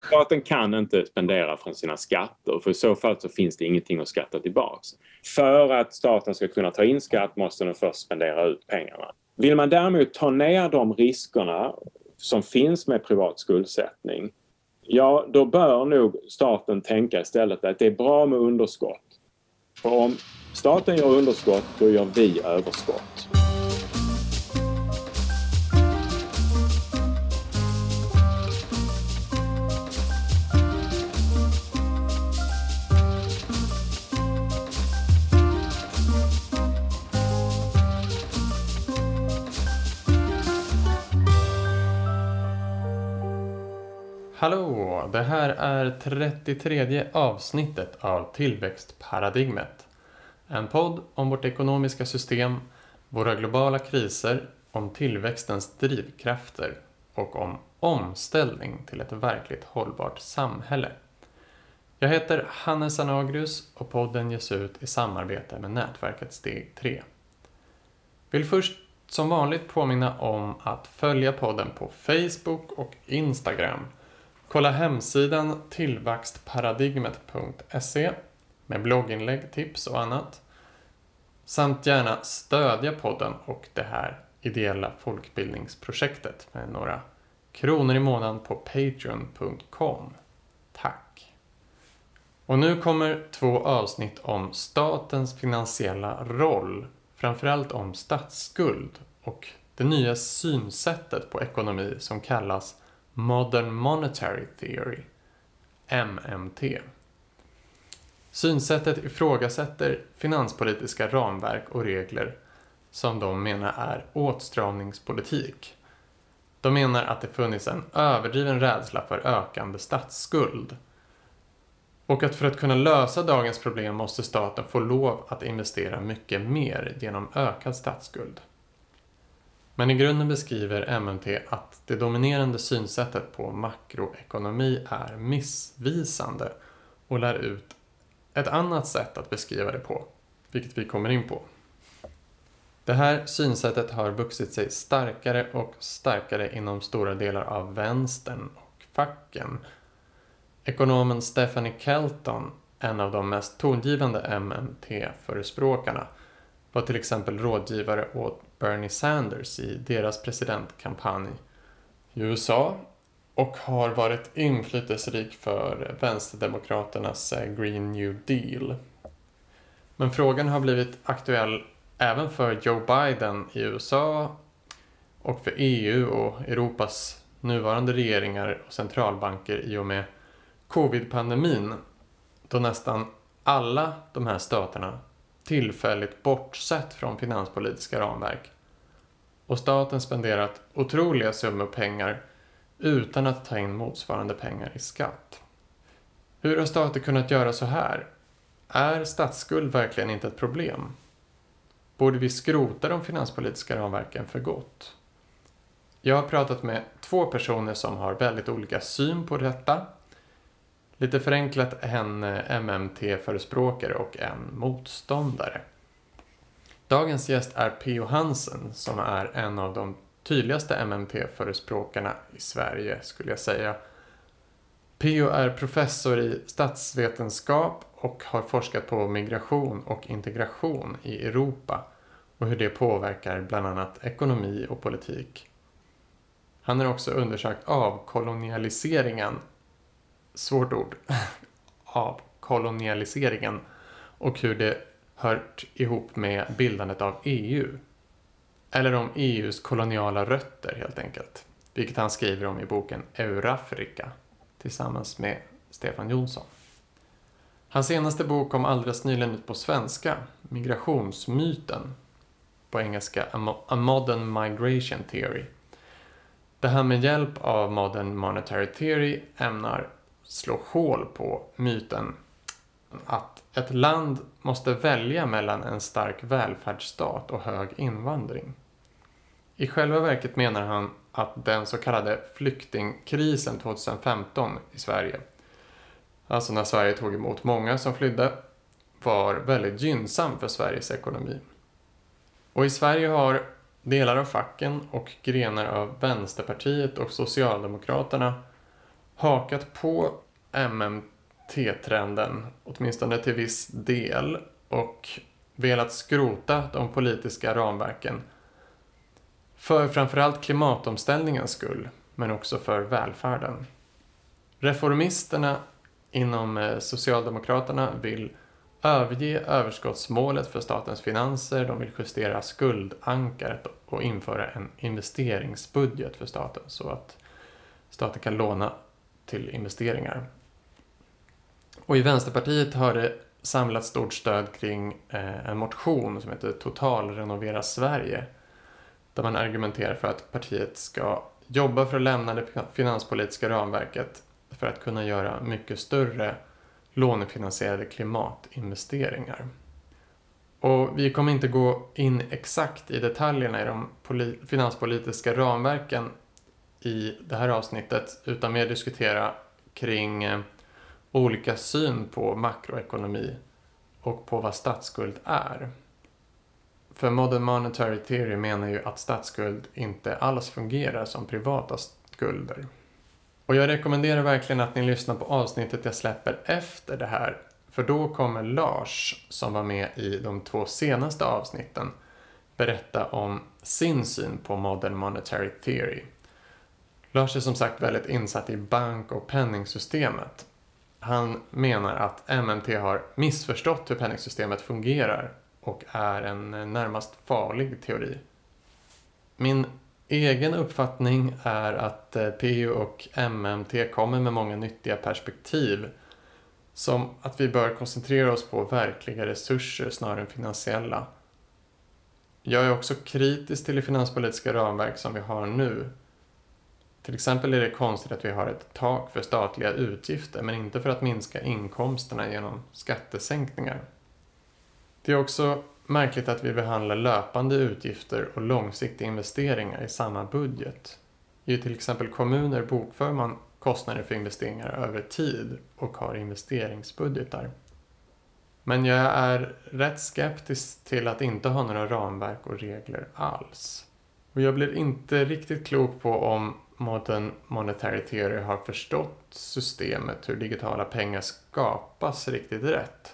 Staten kan inte spendera från sina skatter, för i så fall så finns det ingenting att skatta tillbaks. För att staten ska kunna ta in skatt måste den först spendera ut pengarna. Vill man däremot ta ner de riskerna som finns med privat skuldsättning, ja, då bör nog staten tänka istället att det är bra med underskott. För om staten gör underskott, då gör vi överskott. Hallå, det här är 33:e avsnittet av Tillväxtparadigmet. En podd om vårt ekonomiska system, våra globala kriser, om tillväxtens drivkrafter och om omställning till ett verkligt hållbart samhälle. Jag heter Hannes Anagrius och podden ges ut i samarbete med nätverket Steg 3. Vill först som vanligt påminna om att följa podden på Facebook och Instagram. Kolla hemsidan tillväxtparadigmet.se med blogginlägg, tips och annat. Samt gärna stödja podden och det här ideella folkbildningsprojektet med några kronor i månaden på patreon.com. Tack! Och nu kommer 2 avsnitt om statens finansiella roll, framförallt om statsskuld och det nya synsättet på ekonomi som kallas Modern Monetary Theory, MMT. Synsättet ifrågasätter finanspolitiska ramverk och regler som de menar är åtstramningspolitik. De menar att det funnits en överdriven rädsla för ökande statsskuld och att för att kunna lösa dagens problem måste staten få lov att investera mycket mer genom ökad statsskuld. Men i grunden beskriver MMT att det dominerande synsättet på makroekonomi är missvisande och lär ut ett annat sätt att beskriva det på, vilket vi kommer in på. Det här synsättet har vuxit sig starkare och starkare inom stora delar av vänstern och facken. Ekonomen Stephanie Kelton, en av de mest tongivande MMT-förespråkarna, var till exempel rådgivare åt Bernie Sanders i deras presidentkampanj i USA och har varit inflytelserik för vänsterdemokraternas Green New Deal. Men frågan har blivit aktuell även för Joe Biden i USA och för EU och Europas nuvarande regeringar och centralbanker i och med covid-pandemin, då nästan alla de här staterna tillfälligt bortsett från finanspolitiska ramverk och staten spenderat otroliga summor pengar utan att ta in motsvarande pengar i skatt. Hur har staten kunnat göra så här? Är statsskuld verkligen inte ett problem? Borde vi skrota de finanspolitiska ramverken för gott? Jag har pratat med 2 personer som har väldigt olika syn på detta. Lite förenklat en MMT-förespråkare och en motståndare. Dagens gäst är P.O. Hansen som är en av de tydligaste MMT-förespråkarna i Sverige skulle jag säga. P.O. är professor i statsvetenskap och har forskat på migration och integration i Europa och hur det påverkar bland annat ekonomi och politik. Han har också undersökt avkolonialiseringen, svårt ord, avkolonialiseringen och hur det hört ihop med bildandet av EU. Eller om EUs koloniala rötter helt enkelt. Vilket han skriver om i boken Eurafrika tillsammans med Stefan Jonsson. Hans senaste bok kom alldeles nyligen ut på svenska, Migrationsmyten, på engelska A Modern Migration Theory. Det här med hjälp av Modern Monetary Theory ämnar slå hål på myten att ett land måste välja mellan en stark välfärdsstat och hög invandring. I själva verket menar han att den så kallade flyktingkrisen 2015 i Sverige, alltså när Sverige tog emot många som flydde, var väldigt gynnsam för Sveriges ekonomi. Och i Sverige har delar av facken och grenar av Vänsterpartiet och Socialdemokraterna hakat på MMT-trenden, åtminstone till viss del, och velat skrota de politiska ramverken för framförallt klimatomställningens skull, men också för välfärden. Reformisterna inom Socialdemokraterna vill överge överskottsmålet för statens finanser, de vill justera skuldankaret och införa en investeringsbudget för staten så att staten kan låna till investeringar. Och i Vänsterpartiet har det samlat stort stöd kring en motion som heter Totalrenovera Sverige, där man argumenterar för att partiet ska jobba för att lämna det finanspolitiska ramverket för att kunna göra mycket större lånefinansierade klimatinvesteringar. Och vi kommer inte gå in exakt i detaljerna i de finanspolitiska ramverken i det här avsnittet, utan mer diskutera kring olika syn på makroekonomi och på vad statsskuld är. För Modern Monetary Theory menar ju att statsskuld inte alls fungerar som privata skulder. Och jag rekommenderar verkligen att ni lyssnar på avsnittet jag släpper efter det här. För då kommer Lars, som var med i de 2 senaste avsnitten, berätta om sin syn på Modern Monetary Theory. Lars är som sagt väldigt insatt i bank- och penningsystemet. Han menar att MMT har missförstått hur penningsystemet fungerar och är en närmast farlig teori. Min egen uppfattning är att PU och MMT kommer med många nyttiga perspektiv, som att vi bör koncentrera oss på verkliga resurser snarare än finansiella. Jag är också kritisk till det finanspolitiska ramverk som vi har nu. Till exempel är det konstigt att vi har ett tak för statliga utgifter, men inte för att minska inkomsterna genom skattesänkningar. Det är också märkligt att vi behandlar löpande utgifter och långsiktiga investeringar i samma budget. I till exempel kommuner bokför man kostnader för investeringar över tid och har investeringsbudgetar. Men jag är rätt skeptisk till att inte ha några ramverk och regler alls. Och jag blir inte riktigt klok på om Modern Monetary Theory har förstått systemet, hur digitala pengar skapas riktigt rätt.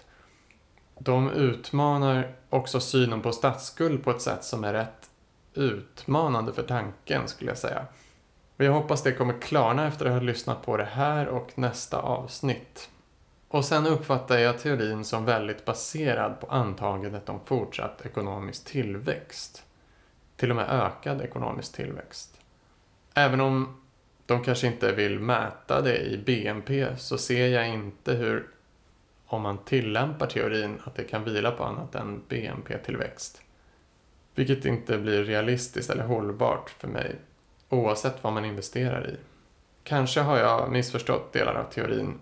De utmanar också synen på statsskuld på ett sätt som är rätt utmanande för tanken, skulle jag säga. Och jag hoppas det kommer klarna efter att ha lyssnat på det här och nästa avsnitt. Och sen uppfattar jag teorin som väldigt baserad på antagandet om fortsatt ekonomisk tillväxt. Till och med ökad ekonomisk tillväxt. Även om de kanske inte vill mäta det i BNP, så ser jag inte hur, om man tillämpar teorin, att det kan vila på annat än BNP-tillväxt. Vilket inte blir realistiskt eller hållbart för mig, oavsett vad man investerar i. Kanske har jag missförstått delar av teorin.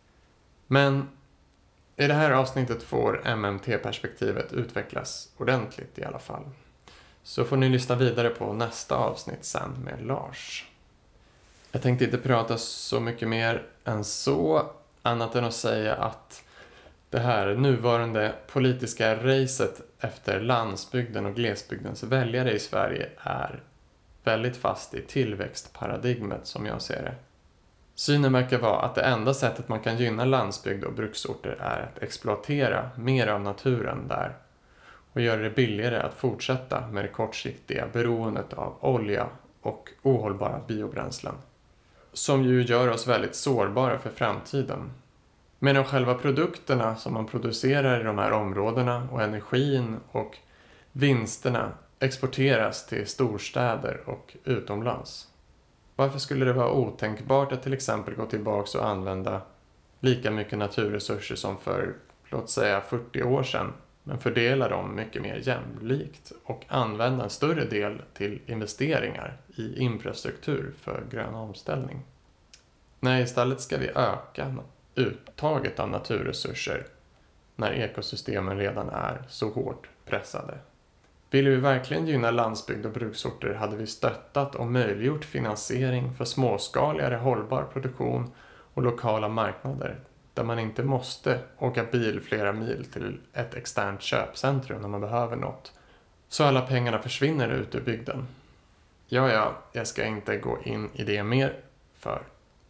Men i det här avsnittet får MMT-perspektivet utvecklas ordentligt i alla fall. Så får ni lyssna vidare på nästa avsnitt sen med Lars. Jag tänkte inte prata så mycket mer än så, annat än att säga att det här nuvarande politiska racet efter landsbygden och glesbygdens väljare i Sverige är väldigt fast i tillväxtparadigmet, som jag ser det. Synen verkar vara att det enda sättet man kan gynna landsbygd och bruksorter är att exploatera mer av naturen där och göra det billigare att fortsätta med det kortsiktiga beroendet av olja och ohållbara biobränslen, som ju gör oss väldigt sårbara för framtiden. Medan själva produkterna som man producerar i de här områdena och energin och vinsterna exporteras till storstäder och utomlands. Varför skulle det vara otänkbart att till exempel gå tillbaka och använda lika mycket naturresurser som för, låt säga, 40 år sedan, men fördela dem mycket mer jämlikt och använda en större del till investeringar i infrastruktur för grön omställning? Nej, istället ska vi öka uttaget av naturresurser när ekosystemen redan är så hårt pressade. Vill vi verkligen gynna landsbygd och bruksorter hade vi stöttat och möjliggjort finansiering för småskaligare hållbar produktion och lokala marknader där man inte måste åka bil flera mil till ett externt köpcentrum när man behöver något. Så alla pengarna försvinner ut ur bygden. Jag ska inte gå in i det mer, för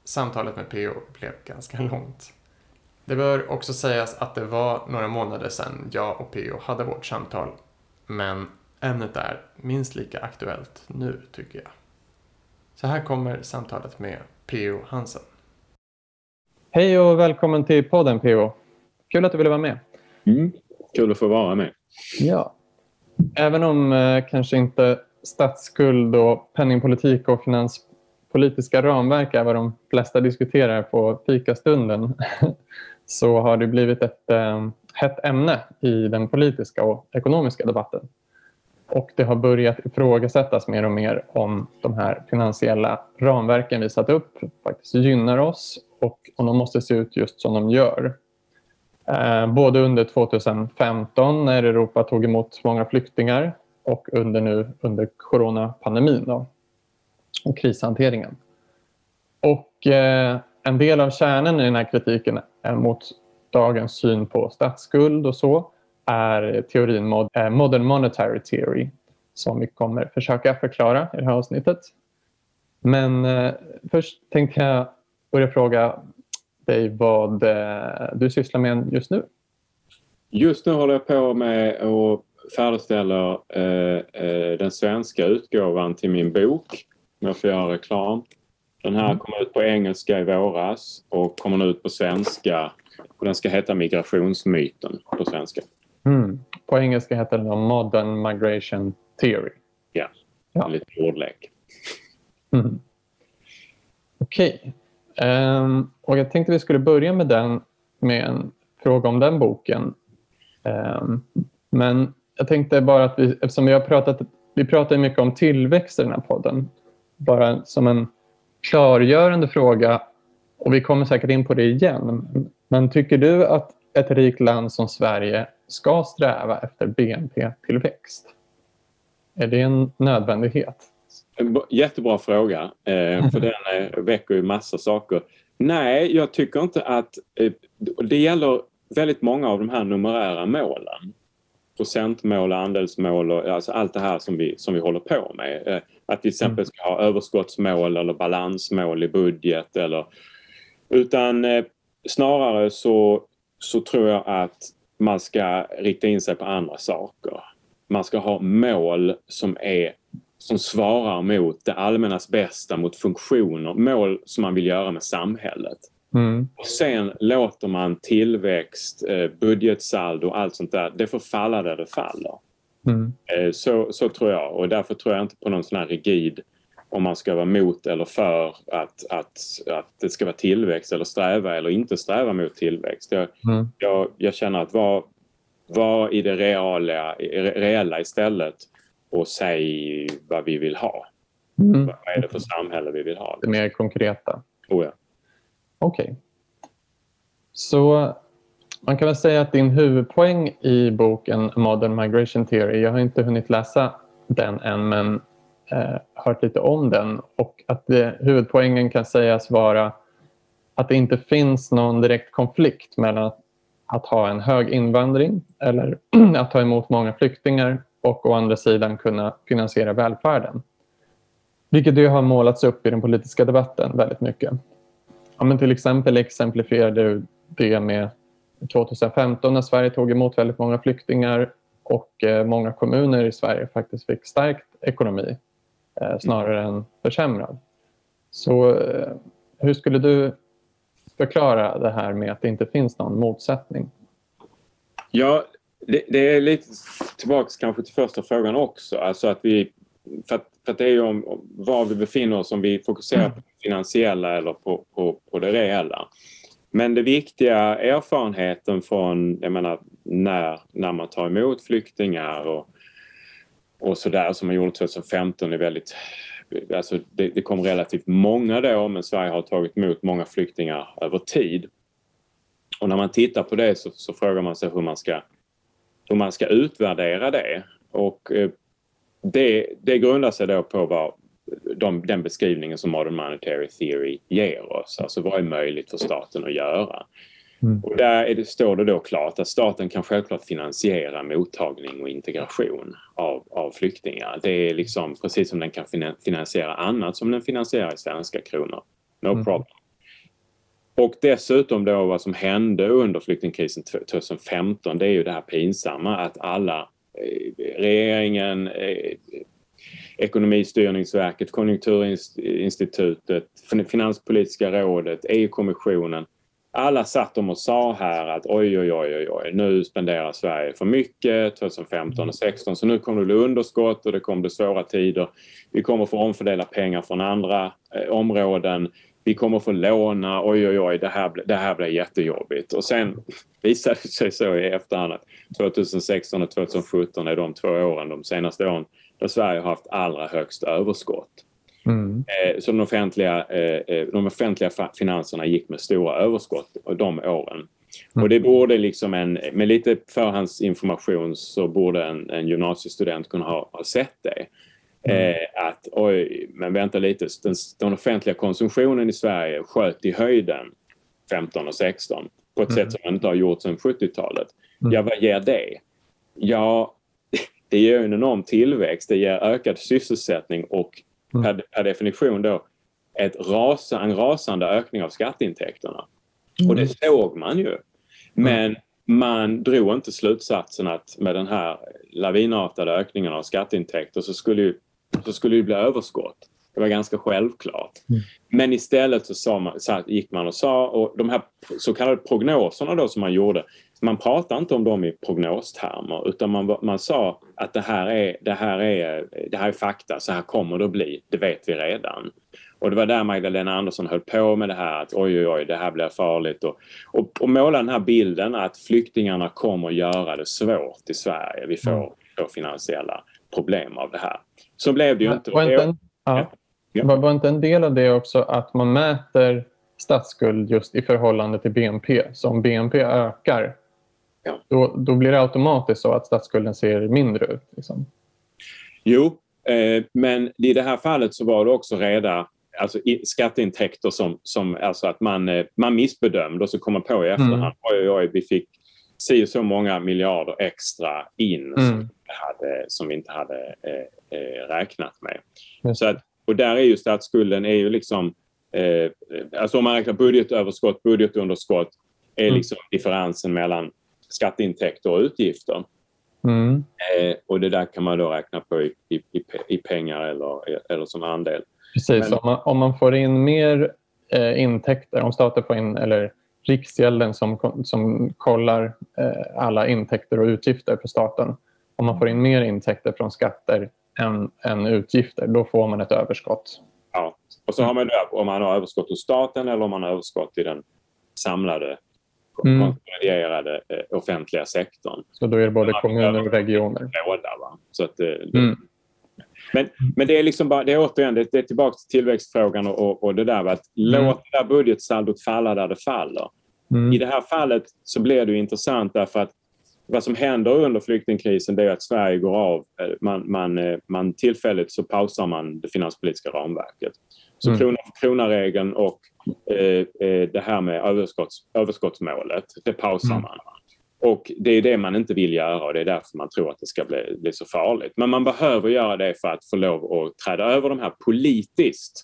samtalet med PO blev ganska långt. Det bör också sägas att det var några månader sedan jag och PO hade vårt samtal, men ämnet är minst lika aktuellt nu tycker jag. Så här kommer samtalet med PO Hansen. Hej och välkommen till podden PO. Kul att du ville vara med. Kul att få vara med. Ja. Även om kanske inte statsskuld och penningpolitik och finanspolitiska ramverk är vad de flesta diskuterar på fikastunden så har det blivit ett hett ämne i den politiska och ekonomiska debatten. Och det har börjat ifrågasättas mer och mer om de här finansiella ramverken vi satt upp faktiskt gynnar oss och om de måste se ut just som de gör. Både under 2015 när Europa tog emot många flyktingar och under coronapandemin då, och krishanteringen. Och en del av kärnan i den här kritiken mot dagens syn på statsskuld och så är teorin Modern Monetary Theory som vi kommer försöka förklara i det här avsnittet. Men först tänkte jag börja fråga dig vad du sysslar med just nu. Just nu håller jag på med att färdigställa den svenska utgåvan till min bok. Om jag får göra reklam. Den här kommer ut på engelska i våras och kommer nu ut på svenska. Och den ska heta Migrationsmyten på svenska. På engelska heter den Modern Migration Theory. Ja. Lite ordlek. Okej. Och jag tänkte vi skulle börja med en fråga om den boken. Men jag tänkte bara att eftersom vi pratar mycket om tillväxt i den här podden, bara som en klargörande fråga, och vi kommer säkert in på det igen, men tycker du att ett rikt land som Sverige ska sträva efter BNP-tillväxt? Är det en nödvändighet? Jättebra fråga, för den väcker ju massa saker. Nej, jag tycker inte att det gäller väldigt många av de här numerära målen. Procentmål, andelsmål och alltså allt det här som vi håller på med. Att till exempel ska ha överskottsmål eller balansmål i budget utan snarare så tror jag att man ska rikta in sig på andra saker. Man ska ha mål som svarar mot det allmännas bästa, mot funktioner, mål som man vill göra med samhället. Och sen låter man tillväxt, budgetsaldo och allt sånt där, det får falla där det faller. Så tror jag, och därför tror jag inte på någon sån här rigid om man ska vara mot eller för att det ska vara tillväxt eller sträva eller inte sträva mot tillväxt. Jag känner att vara i det reella istället och säg vad vi vill ha. Vad är det för samhälle vi vill ha? Det mer konkreta. Ja. Okej. Så man kan väl säga att din huvudpoäng i boken Modern Migration Theory, jag har inte hunnit läsa den än men hört lite om den, och att huvudpoängen kan sägas vara att det inte finns någon direkt konflikt mellan att ha en hög invandring eller att ta emot många flyktingar och å andra sidan kunna finansiera välfärden. Vilket ju har målats upp i den politiska debatten väldigt mycket. Ja, men till exempel exemplifierade det med 2015 när Sverige tog emot väldigt många flyktingar och många kommuner i Sverige faktiskt fick stärkt ekonomi snarare än försämrad. Så hur skulle du förklara det här med att det inte finns någon motsättning? Ja, det är lite tillbaka kanske till första frågan också. Alltså att för att det är ju om var vi befinner oss, om vi fokuserar på det finansiella eller på det reella. Men det viktiga erfarenheten från, jag menar, när man tar emot flyktingar och sådär som man gjorde 2015 är väldigt, alltså det kom relativt många då, men Sverige har tagit emot många flyktingar över tid. Och när man tittar på det så frågar man sig hur man ska utvärdera det. Och det grundar sig då på den beskrivningen som Modern Monetary Theory ger oss. Alltså vad är möjligt för staten att göra. Och där står det då klart att staten kan självklart finansiera mottagning och integration av flyktingar. Det är liksom precis som den kan finansiera annat som den finansierar i svenska kronor. No problem. Och dessutom då vad som hände under flyktingkrisen 2015, det är ju det här pinsamma att alla, regeringen, Ekonomistyrningsverket, Konjunkturinstitutet, Finanspolitiska rådet, EU-kommissionen, alla satt och sa här att oj, nu spenderar Sverige för mycket 2015 och 2016, så nu kommer det bli underskott och det kommer bli svåra tider. Vi kommer få omfördela pengar från andra områden. Vi kommer få låna, oj, det här blir jättejobbigt. Och sen visade det sig så i efterhand att 2016 och 2017 är de 2 åren, de senaste åren, där Sverige har haft allra högst överskott. Så de offentliga finanserna gick med stora överskott de åren. Och det borde liksom med lite förhandsinformation så borde en gymnasiestudent kunna ha sett det. Att men vänta lite, den offentliga konsumtionen i Sverige sköt i höjden 15 och 16 på ett sätt som man inte har gjort sedan 70-talet. Ja, vad ger det? Ja, det ger en enorm tillväxt, det ger ökad sysselsättning och per definition då en rasande ökning av skatteintäkterna. Och det såg man ju. Men man drog inte slutsatsen att med den här lavinartade ökningen av skatteintäkter så skulle det bli överskott. Det var ganska självklart. Men istället gick man och sa, och de här så kallade prognoserna då som man gjorde, man pratade inte om dem i prognostermer, utan man sa att det här är fakta, så här kommer det att bli, det vet vi redan. Och det var där Magdalena Andersson höll på med det här att oj, det här blir farligt och måla den här bilden att flyktingarna kommer att göra det svårt i Sverige. Vi får finansiella problem av det här. Så blev det ju inte. Var inte en del av det också att man mäter statsskuld just i förhållande till BNP? Så om BNP ökar, då blir det automatiskt så att statsskulden ser mindre ut. Liksom. Jo, men i det här fallet så var det också alltså skatteintäkter som alltså att man missbedömde och så kom man på i efterhand. Vi fick så många miljarder extra in som vi inte hade räknat med. Så att, och där är ju statsskulden är ju liksom alltså om man räknar budgetöverskott, budgetunderskott är liksom differensen mellan skatteintäkter och utgifter. Och det där kan man då räkna på i pengar eller som andel. Precis, om man får in mer intäkter, om staten får in, eller Riksgälden som kollar alla intäkter och utgifter för staten. Om man får in mer intäkter från skatter än utgifter, då får man ett överskott. Ja, och så har man om man har överskott hos staten eller om man har överskott i den samlade konsoliderade offentliga sektorn. Så då är det både kommuner och regioner. Så att, men det är liksom bara, det är återigen, det är tillbaka till tillväxtfrågan och det där att låta det där budgetsaldot falla där det faller. I det här fallet så blir det ju intressant därför att vad som händer under flyktingkrisen det är att Sverige går av, man tillfälligt så pausar man det finanspolitiska ramverket. Så kronaregeln och det här med överskottsmålet, det pausar man. Och det är det man inte vill göra och det är därför man tror att det ska bli så farligt. Men man behöver göra det för att få lov att träda över de här politiskt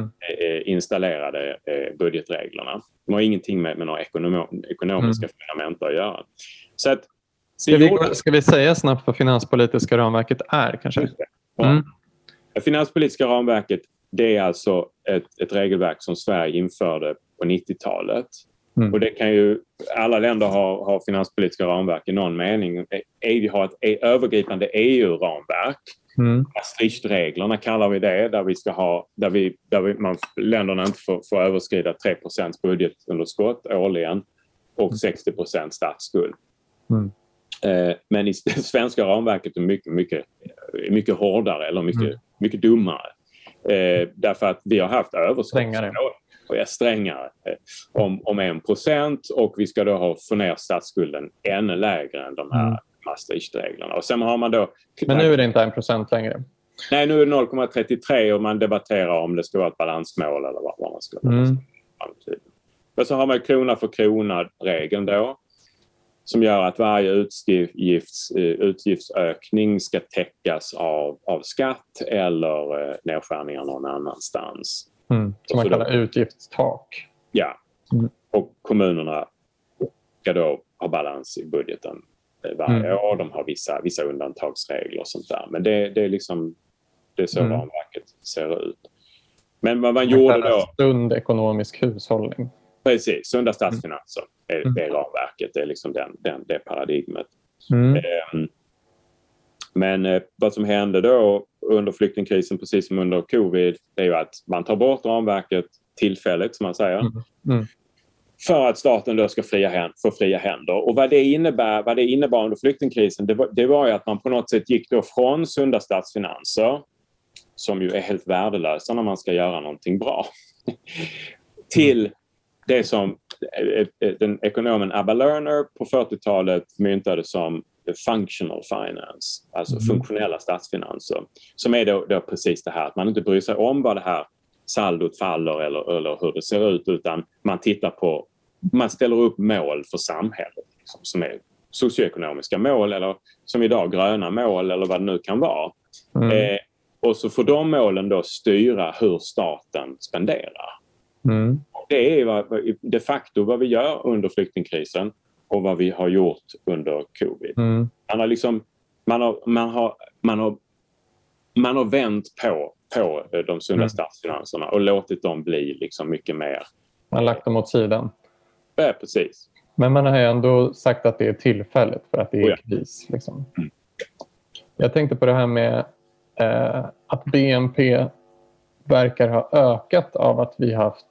installerade budgetreglerna. De har ingenting med några ekonomiska fundament att göra. Så att, ska vi säga snabbt vad finanspolitiska ramverket är kanske? Finanspolitiska ramverket det är alltså ett regelverk som Sverige införde på 90-talet. Och det kan ju, alla länder har finanspolitiska ramverk i någon mening. Vi har ett övergripande EU-ramverk. Maastricht-reglerna kallar vi det, där vi ska ha, länderna inte får överskrida 3% budgetunderskott årligen och 60% statsskuld. Men i det svenska ramverket är mycket hårdare eller mycket dummare. Därför att vi har haft överskottsmål och är strängare om 1% och vi ska då få ner statsskulden ännu lägre än de här Maastricht-reglerna. Och sen har man då... Men nu är det inte 1% längre. Nej, nu är det 0,33 och man debatterar om det ska vara ett balansmål eller vad man ska vara. Och så har man krona för krona-regeln då som gör att varje utgiftsökning ska täckas av skatt eller nedskärningar någon annanstans. Som man kallar utgiftstak. Ja. Och kommunerna ska då ha balans i budgeten varje år. De har vissa undantagsregler och sånt där. Men det är liksom det är så ramverket ser ut. Men vad man gjorde då... Sund ekonomisk hushållning. Precis, sunda statsfinanser är ramverket. Det är liksom det paradigmet. Men vad som hände då under flyktingkrisen, precis som under covid, det är ju att man tar bort ramverket tillfälligt, som man säger. För att staten då ska få fria händer. Och vad det innebar under flyktingkrisen, det var ju att man på något sätt gick då från sunda statsfinanser, som ju är helt värdelösa när man ska göra någonting bra, till det som den ekonomen Abba Lerner på 40-talet myntade som functional finance, alltså funktionella statsfinanser, som är då precis det här att man inte bryr sig om vad det här saldot faller eller hur det ser ut, utan man ställer upp mål för samhället liksom, som är socioekonomiska mål eller som idag gröna mål eller vad det nu kan vara. Och så får de målen då styra hur staten spenderar. Det är de facto vad vi gör under flyktingkrisen och vad vi har gjort under covid. Man har vänt på de sunda statsfinanserna och låtit dem bli liksom mycket mer. Man har lagt dem åt sidan. Ja, precis. Men man har ändå sagt att det är tillfälligt för att det är kris. Liksom. Jag tänkte på det här med att BNP verkar ha ökat av att vi haft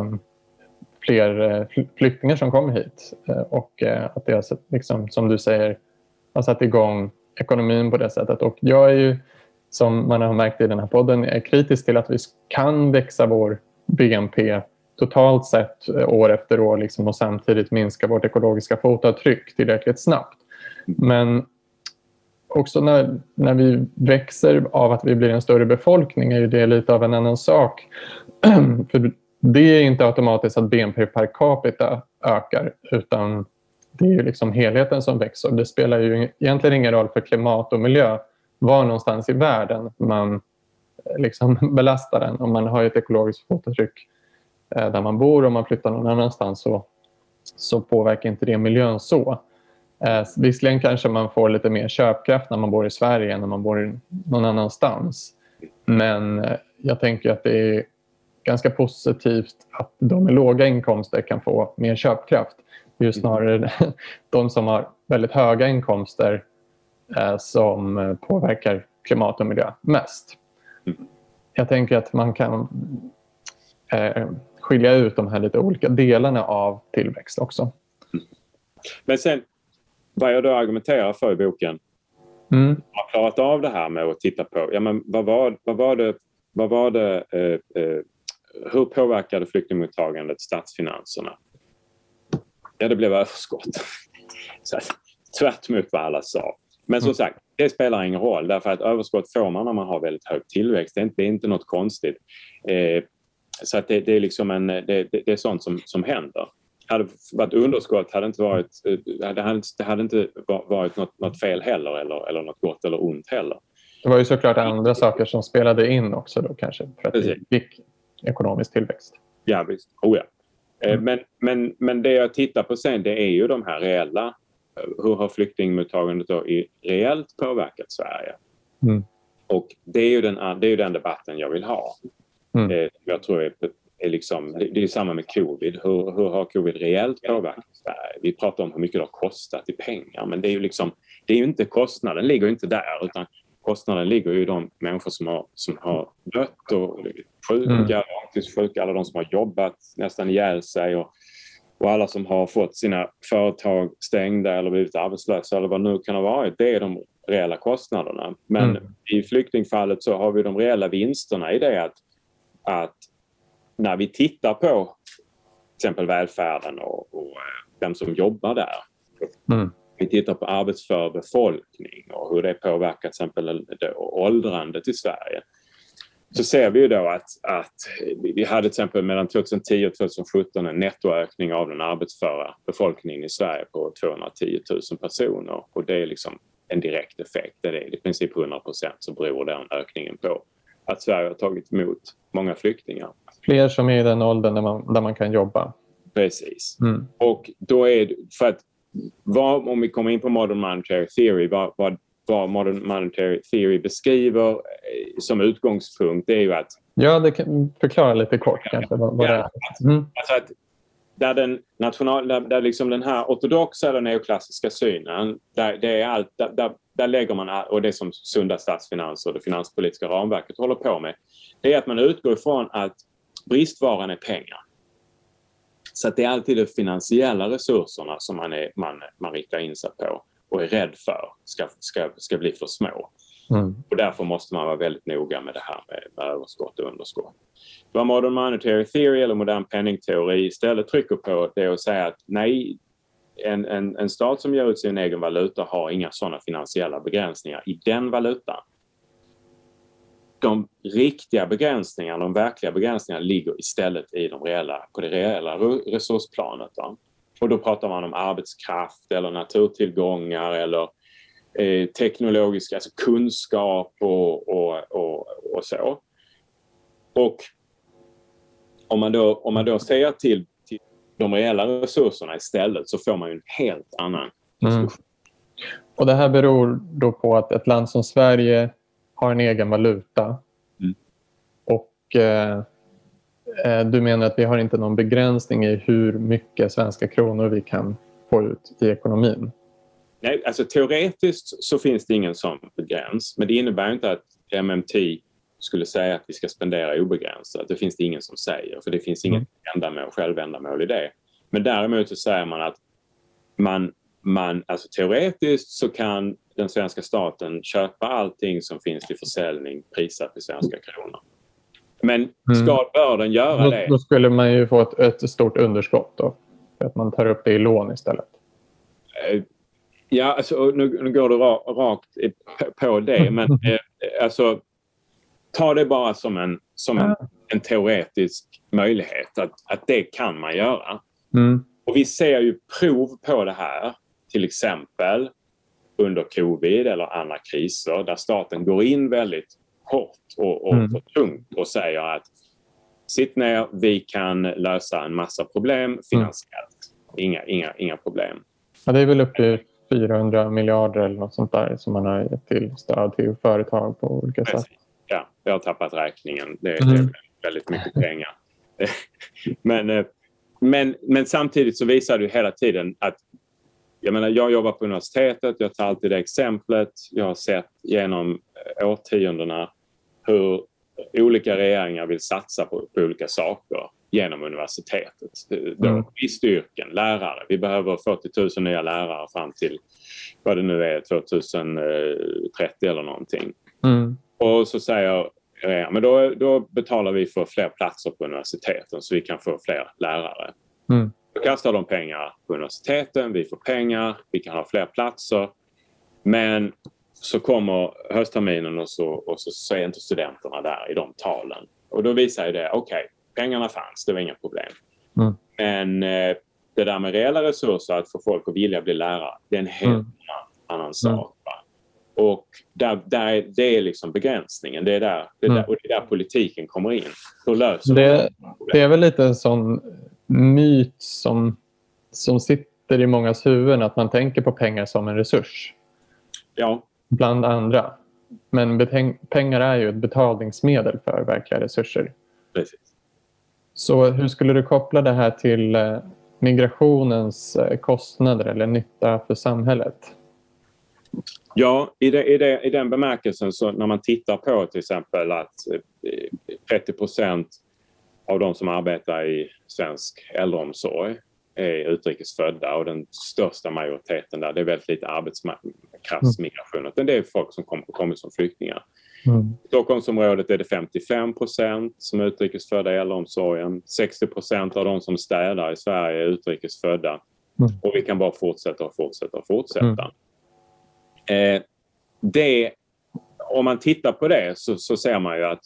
fler flyktingar som kommer hit. Och att det har, liksom, som du säger, har satt igång ekonomin på det sättet. Och jag är ju, som man har märkt i den här podden, är kritisk till att vi kan växa vår BNP totalt sett år efter år liksom, och samtidigt minska vårt ekologiska fotavtryck tillräckligt snabbt. Men också när vi växer av att vi blir en större befolkning är ju det lite av en annan sak. För det är inte automatiskt att BNP per capita ökar, utan det är ju liksom helheten som växer. Det spelar ju egentligen ingen roll för klimat och miljö var någonstans i världen man liksom belastar den. Om man har ett ekologiskt fotavtryck där man bor och man flyttar någon annanstans så påverkar inte det miljön så. Visserligen kanske man får lite mer köpkraft när man bor i Sverige än när man bor någon annanstans. Men jag tänker att det är ganska positivt att de med låga inkomster kan få mer köpkraft. Det är snarare de som har väldigt höga inkomster som påverkar klimat och miljö mest. Jag tänker att man kan skilja ut de här lite olika delarna av tillväxt också. Men sen, vad jag då argumenterar för i boken, har klarat av det här med att titta på, ja men vad var det hur påverkade flyktingmottagandet statsfinanserna? Ja, det blev överskott. Så tvärt mot vad alla sa. Men som sagt, det spelar ingen roll därför att överskott får man när man har väldigt hög tillväxt. Det är inte något konstigt. Så att det är liksom det är sånt som händer. Hade det varit underskott hade det inte varit något fel heller eller något gott eller ont heller. Det var ju såklart andra saker som spelade in också då kanske för att det gick ekonomisk tillväxt. Ja, visst. Men det jag tittar på sen, det är ju de här reella. Hur har flyktingmottagandet då reellt påverkat Sverige? Och det är ju den debatten jag vill ha. Jag tror är liksom, det är samma med covid. Hur har covid reellt påverkat Sverige? Vi pratar om hur mycket det har kostat i pengar, men det är ju inte kostnaden ligger inte där, utan kostnaden ligger ju i de människor som har dött och sjuka, långtidssjuka, alla de som har jobbat nästan ihjäl sig och alla som har fått sina företag stängda eller blivit arbetslösa eller vad nu kan ha varit. Det är de reella kostnaderna. Men i flyktingfallet så har vi de reella vinsterna i det att när vi tittar på till exempel välfärden och vem som jobbar där. Vi tittar på arbetsför befolkning och hur det påverkar till exempel åldrandet i Sverige. Så ser vi ju då att vi hade till exempel mellan 2010 och 2017 en nettoökning av den arbetsföra befolkningen i Sverige på 210 000 personer. Och det är liksom en direkt effekt. Det är i princip 100% så beror den ökningen på att Sverige har tagit emot många flyktingar. Fler som är i den åldern där man kan jobba. Precis. Och då är för att om vi kommer in på Modern Monetary Theory, vad Modern Monetary Theory beskriver som utgångspunkt, det är ju att... Ja, det kan förklara lite kort kanske vad det är. Alltså att där liksom den här ortodoxa eller neoklassiska synen, där lägger man, och det som sunda statsfinanser och det finanspolitiska ramverket håller på med, det är att man utgår ifrån att bristvaran är pengar. Så att det är alltid de finansiella resurserna som man riktar in sig på och är rädd för ska bli för små. Och därför måste man vara väldigt noga med det här med överskott och underskott. Vad Modern Monetary Theory eller modern penningteori istället trycker på, det är att säga att nej, en stat som ger ut sin egen valuta har inga sådana finansiella begränsningar i den valutan. De riktiga begränsningarna, de verkliga begränsningarna ligger istället på det reella resursplanet. Va? Och då pratar man om arbetskraft eller naturtillgångar eller teknologisk, alltså kunskap och så. Och om man då ser till de reella resurserna istället, så får man ju en helt annan diskussion. Och det här beror då på att ett land som Sverige har en egen valuta. Och du menar att vi har inte någon begränsning i hur mycket svenska kronor vi kan få ut i ekonomin? Nej, alltså teoretiskt så finns det ingen sån begräns. Men det innebär inte att MMT skulle säga att vi ska spendera obegränsat. Det finns det ingen som säger. För det finns inget självändamål i det. Men däremot så säger man att alltså teoretiskt så kan den svenska staten köpa allting som finns till försäljning prissatt i svenska kronor. Men bör den göra det? Då skulle man ju få ett stort underskott då. För att man tar upp det i lån istället. Ja, alltså, nu går du rakt på det. Men alltså, ta det bara som en teoretisk möjlighet. Att det kan man göra. Och vi ser ju prov på det här. Till exempel under covid eller andra kriser. Där staten går in väldigt hårt och tungt och säger att sitt ner, vi kan lösa en massa problem finansiellt. Inga problem. Ja, det är väl uppe i 400 miljarder eller något sånt där som man har gett till stöd till företag på olika sätt. Ja, jag har tappat räkningen. Det är väldigt mycket pengar. Men samtidigt så visar det hela tiden att jag jobbar på universitetet, jag tar alltid det exemplet. Jag har sett genom årtiondena hur olika regeringar vill satsa på olika saker genom universitetet. I styrken, lärare. Vi behöver 40 000 nya lärare fram till vad det nu är, 2030 eller någonting. Och så säger regeringen, men då betalar vi för fler platser på universiteten så vi kan få fler lärare. Då kastar de pengar på universiteten, vi får pengar, vi kan ha fler platser. Men så kommer höstterminen och så är inte studenterna där i de talen. Och då visar ju det, okej, pengarna fanns, det var inga problem. Men det där med reella resurser, att få folk att vilja bli lärare, det är en helt annan sak. Va? Och det är liksom begränsningen. Det är där politiken kommer in. Hur löser det är väl lite en sån myt som sitter i mångas huvuden, att man tänker på pengar som en resurs. Ja. Bland andra. Men pengar är ju ett betalningsmedel för verkliga resurser. Precis. Så hur skulle du koppla det här till migrationens kostnader eller nytta för samhället? Ja, i den bemärkelsen, så när man tittar på till exempel att 30% av de som arbetar i svensk äldreomsorg är utrikesfödda, och den största majoriteten där, det är väldigt lite arbetskraftsmigration. Det är folk som kommer som flyktingar. I Stockholmsområdet är det 55% som är utrikesfödda i äldreomsorgen. 60% av de som städar i Sverige är utrikesfödda. Och vi kan bara fortsätta. Om man tittar på det så ser man ju att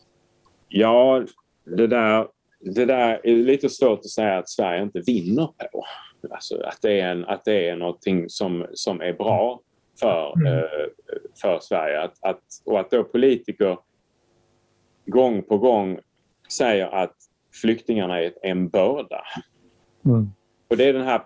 det där är lite svårt att säga att Sverige inte vinner på. Alltså att det är någonting som är bra för Sverige. Och att då politiker gång på gång säger att flyktingarna är en börda. Och det är den här,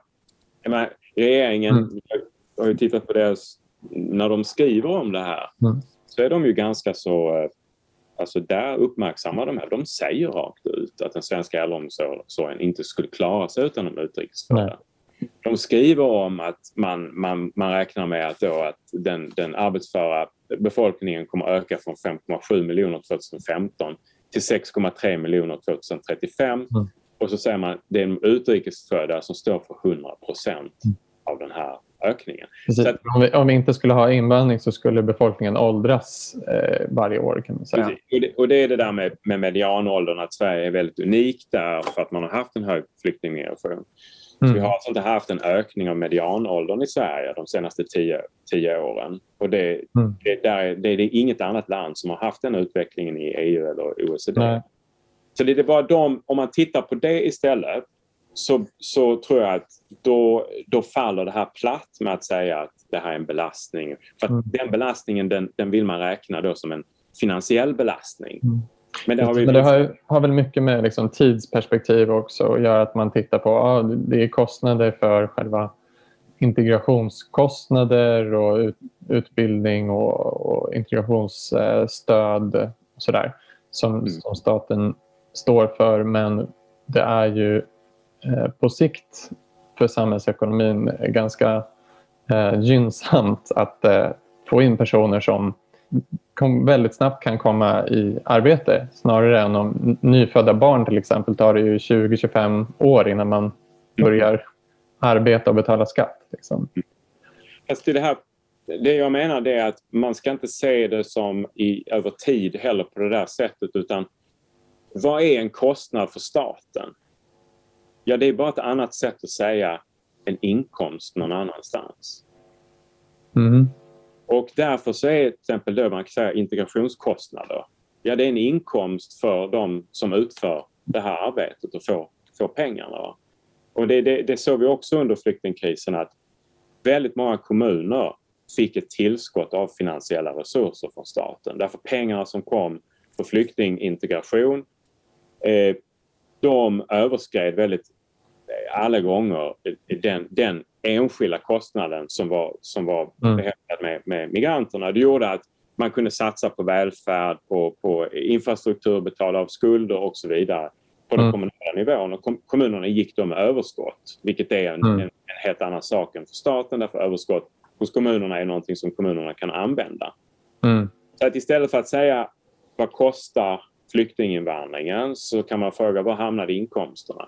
regeringen har ju tittat på det när de skriver om det här, så är de ju ganska så, alltså där uppmärksammar de här. De säger rakt ut att den svenska äldreomsorgen inte skulle klara sig utan de utrikesfödda. De skriver om att man räknar med att den arbetsföra befolkningen kommer att öka från 5,7 miljoner 2015 till 6,3 miljoner 2035. Och så säger man att det är de utrikesfödda som står för 100% av den här ökningen. Så att, om vi inte skulle ha invandring så skulle befolkningen åldras varje år, kan man säga. Precis. Och det är det där med medianåldern, att Sverige är väldigt unikt där för att man har haft en hög flyktingmigration. Så vi har alltså inte haft en ökning av medianåldern i Sverige de senaste 10 åren. Och det är inget annat land som har haft den utvecklingen i EU eller OECD. Nej. Så det är bara om man tittar på det istället, så tror jag att då faller det här platt med att säga att det här är en belastning. För att den belastningen den vill man räkna då som en finansiell belastning. Men det har väl mycket med liksom tidsperspektiv också att göra, att man tittar på det är kostnader för själva integrationskostnader och utbildning och integrationsstöd och sådär som staten står för, men det är ju på sikt för samhällsekonomin ganska gynnsamt att få in personer som väldigt snabbt kan komma i arbete, snarare än om nyfödda barn till exempel tar det ju 20-25 år innan man börjar arbeta och betala skatt. Liksom. Fast det jag menar är att man ska inte se det som över tid heller på det där sättet, utan vad är en kostnad för staten? Ja, det är bara ett annat sätt att säga en inkomst någon annanstans. Och därför så är till exempel det man kan säga integrationskostnader. Ja, det är en inkomst för de som utför det här arbetet och får pengarna. Och det såg vi också under flyktingkrisen, att väldigt många kommuner fick ett tillskott av finansiella resurser från staten. Därför pengarna som kom för flyktingintegration, de överskred väldigt alla gånger den enskilda kostnaden som var behäftad med migranterna. Det gjorde att man kunde satsa på välfärd, på infrastruktur, betala av skulder och så vidare på den kommunala nivån. Och kommunerna gick då med överskott, vilket är en helt annan sak än för staten. Därför överskott hos kommunerna är någonting som kommunerna kan använda. Så att istället för att säga vad kostar flyktinginvandringen, så kan man fråga vad hamnar inkomsterna?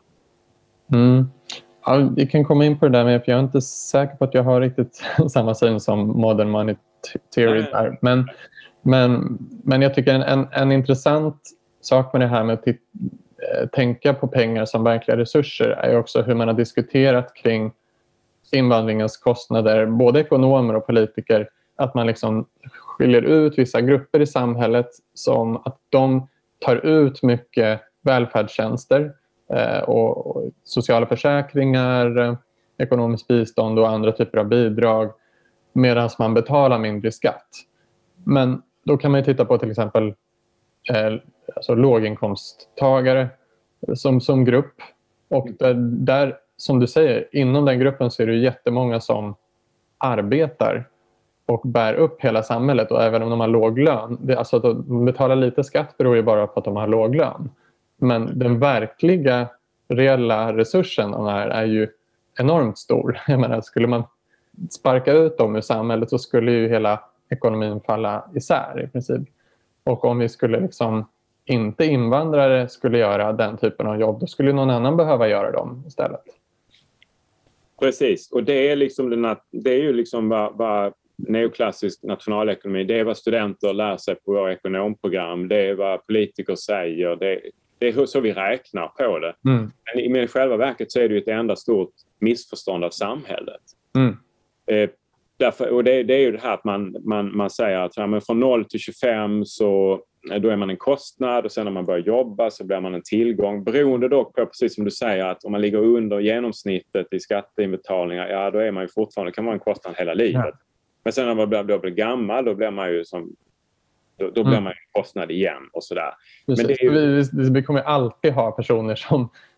Ja, vi kan komma in på det där, men jag är inte säker på att jag har riktigt samma syn som Modern Money Theory där. Men jag tycker en intressant sak med det här med att tänka på pengar som verkliga resurser är också hur man har diskuterat kring invandringens kostnader, både ekonomer och politiker, att man liksom skiljer ut vissa grupper i samhället som att de tar ut mycket välfärdstjänster och sociala försäkringar, ekonomiskt bistånd och andra typer av bidrag, medan man betalar mindre skatt. Men då kan man ju titta på till exempel alltså låginkomsttagare som grupp, och där som du säger, inom den gruppen så är det jättemånga som arbetar och bär upp hela samhället, och även om de har låg lön, alltså att de betalar lite skatt beror ju bara på att de har låg lön. Men den verkliga reella resursen av det här är ju enormt stor. Jag menar, skulle man sparka ut dem ur samhället så skulle ju hela ekonomin falla isär i princip. Och om vi skulle liksom inte invandrare skulle göra den typen av jobb, då skulle någon annan behöva göra dem istället. Precis, och det är ju liksom vad neoklassisk nationalekonomi, det är vad studenter lär sig på våra ekonomprogram, det är vad politiker säger, det är så vi räknar på det. Men i själva verket så är det ju ett enda stort missförstånd av samhället. Och det är ju det här att man säger att men från 0 till 25 så då är man en kostnad, och sen när man börjar jobba så blir man en tillgång. Beroende dock på, precis som du säger, att om man ligger under genomsnittet i skatteinbetalningar, ja då är man ju fortfarande, kan vara en kostnad hela livet. Ja. Men sen när man blir gammal, då blir man ju då blir man en kostnad igen och sådär. Men vi kommer alltid ha personer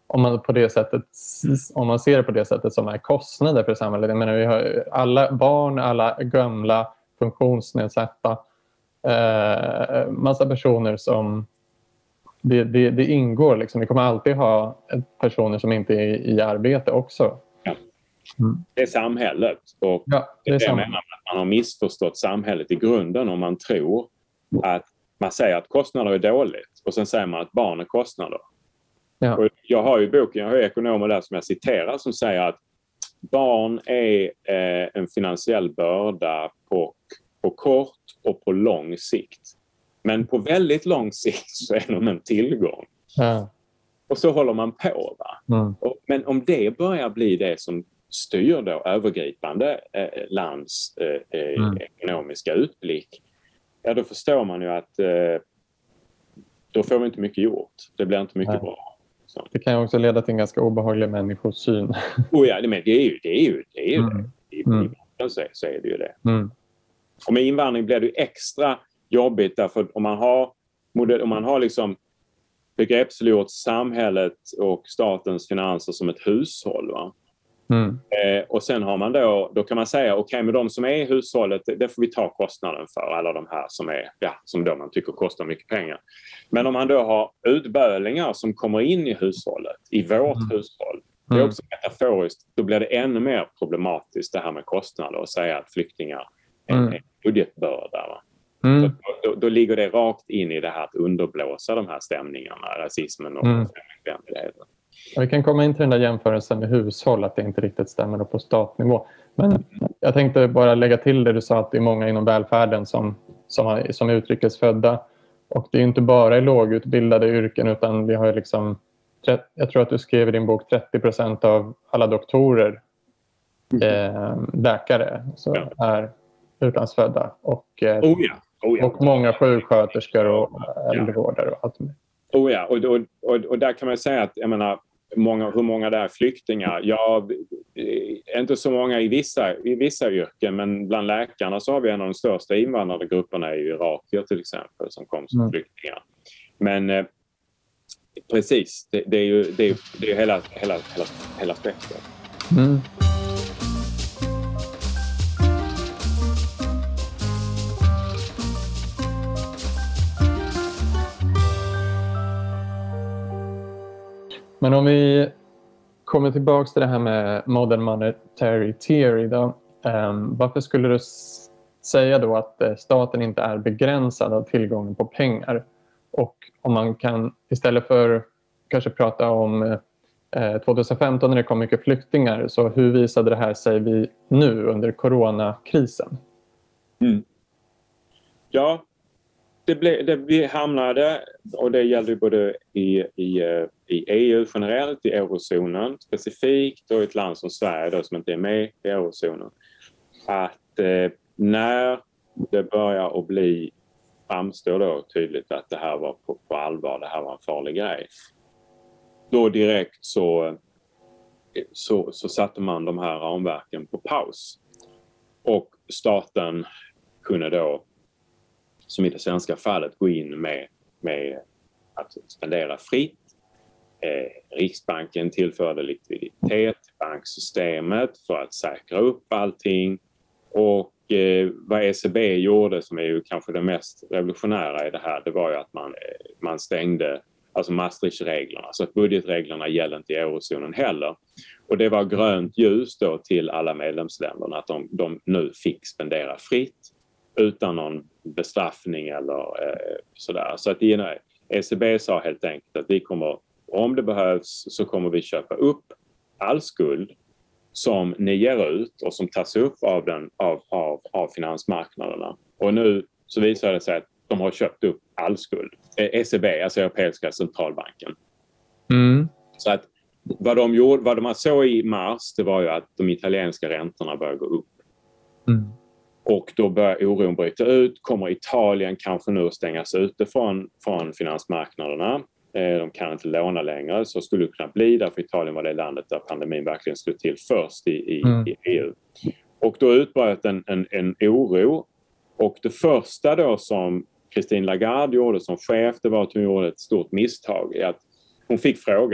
om man ser det på det sättet som är kostnader för samhället. Jag menar, vi har alla barn, alla gamla, funktionsnedsatta, massa personer som det ingår liksom. Vi kommer alltid ha personer som inte är i arbete också. Ja. Det är samhället, och det menar man att man har missförstått samhället i grunden om man tror att man säger att kostnader är dåligt och sen säger man att barn är kostnader. Ja. Och jag har ju boken, jag har ekonomer där som jag citerar som säger att barn är en finansiell börda på kort och på lång sikt. Men på väldigt lång sikt så är de en tillgång. Ja. Och så håller man på. Va? Mm. Men om det börjar bli det som styr då övergripande lands ekonomiska utblick, ja, då förstår man ju att då får vi inte mycket gjort. Det blir inte mycket bra. Så. Det kan ju också leda till en ganska obehaglig människosyn. Ja, men det är ju det. Så är det ju det. Mm. Och med invandring blir det ju extra jobbigt därför om man har liksom begreppsgjort samhället och statens finanser som ett hushåll, va? Mm. Och sen har man då kan man säga okej, med de som är i hushållet, det får vi ta kostnaden för, alla de här som då man tycker kostar mycket pengar. Men om man då har utbölingar som kommer in i hushållet, i vårt hushåll, det är också metaforiskt, då blir det ännu mer problematiskt det här med kostnader och säga att flyktingar är en budgetbörda, va? Så då ligger det rakt in i det här att underblåsa de här stämningarna, rasismen och främlingsfientligheten. Vi kan komma in till den där jämförelsen med hushåll, att det inte riktigt stämmer på statnivå. Men jag tänkte bara lägga till det du sa, att det är många inom välfärden som är utrikesfödda. Och det är inte bara i lågutbildade yrken, utan vi har liksom, jag tror att du skrev i din bok, 30% av alla doktorer, läkare, så är utlandsfödda. Och många sjuksköterskor och äldrevårdare och allt. Och där kan man säga att, jag menar, hur många där är flyktingar? Ja, inte så många i vissa yrken, men bland läkarna så har vi en av de största invandrade grupperna i irakier till exempel, som kom som flyktingar. Men precis, det är ju hela spektrat. Mm. Men om vi kommer tillbaka till det här med modern monetary theory då. Varför skulle du säga då att staten inte är begränsad av tillgången på pengar? Och om man kan istället för kanske prata om 2015 när det kom mycket flyktingar, så hur visade det här sig vi nu under coronakrisen? Mm. Ja, vi hamnade, och det gällde både i EU generellt, i eurozonen specifikt, och i ett land som Sverige då, som inte är med i eurozonen, att när det börjar att framstår då tydligt att det här var på allvar, det här var en farlig grej, då direkt så satte man de här ramverken på paus, och staten kunde då, som i det svenska fallet, gå in med att spendera fritt. Riksbanken tillförde likviditet till banksystemet för att säkra upp allting. Och vad ECB gjorde, som är ju kanske det mest revolutionära i det här, det var ju att man stängde alltså Maastricht-reglerna. Så att budgetreglerna gäller inte i eurozonen heller. Och det var grönt ljus då till alla medlemsländerna att de nu fick spendera fritt utan någon bestraffning eller sådär. Så att ECB sa helt enkelt att vi kommer, om det behövs, så kommer vi köpa upp all skuld som ni ger ut och som tas upp av finansmarknaderna. Och nu så visar det sig att de har köpt upp all skuld. ECB, alltså Europeiska centralbanken. Mm. Så att vad de såg i mars, det var ju att de italienska räntorna började gå upp. Mm. Och då börjar oron bryta ut. Kommer Italien kanske nu att stängas ute från finansmarknaderna? De kan inte låna längre, så skulle det kunna bli, därför Italien var det landet där pandemin verkligen slog till först i EU. Och då utbröt en oro. Och det första då som Christine Lagarde gjorde som chef, det var att hon gjorde ett stort misstag, i att hon fick frågan: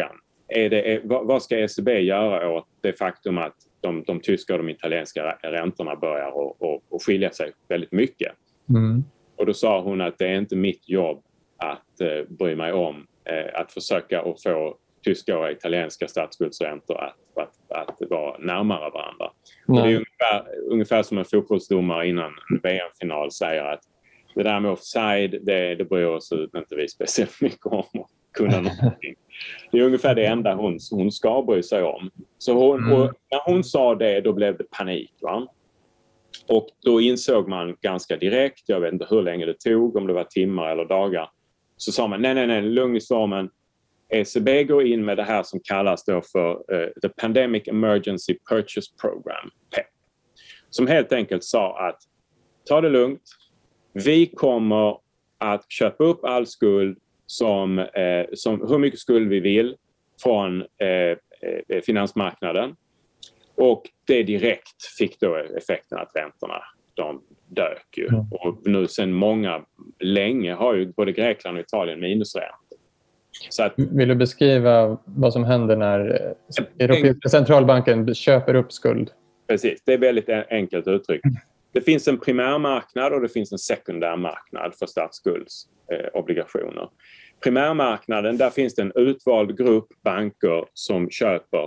vad ska ECB göra åt det faktum att de tyska och de italienska räntorna börjar att skilja sig väldigt mycket. Och då sa hon att det är inte mitt jobb att bry mig om att försöka att få tyska och italienska statsskuldsräntor att vara närmare varandra. Och det är ungefär som en fotbollsdomare innan en VM-final säger att det där med offside, det bryr oss inte vi speciellt mycket om att kunna någonting. Det är ungefär det enda hon ska bry sig om. Så och när hon sa det, då blev det panik. Va? Och då insåg man ganska direkt, jag vet inte hur länge det tog, om det var timmar eller dagar, så sa man nej, lugn i stormen. ECB går in med det här som kallas då för The Pandemic Emergency Purchase Program, PEP. Som helt enkelt sa att ta det lugnt, vi kommer att köpa upp all skuld som hur mycket skuld vi vill från finansmarknaden. Och det direkt fick då effekten att räntorna de dök ju. Och nu sedan länge har ju både Grekland och Italien minusräntor. Så att, vill du beskriva vad som händer när Europeiska centralbanken köper upp skuld? Precis, det är väldigt enkelt uttryckt. Det finns en primärmarknad och det finns en sekundärmarknad för statsskuldsobligationer. Primärmarknaden, där finns det en utvald grupp banker som köper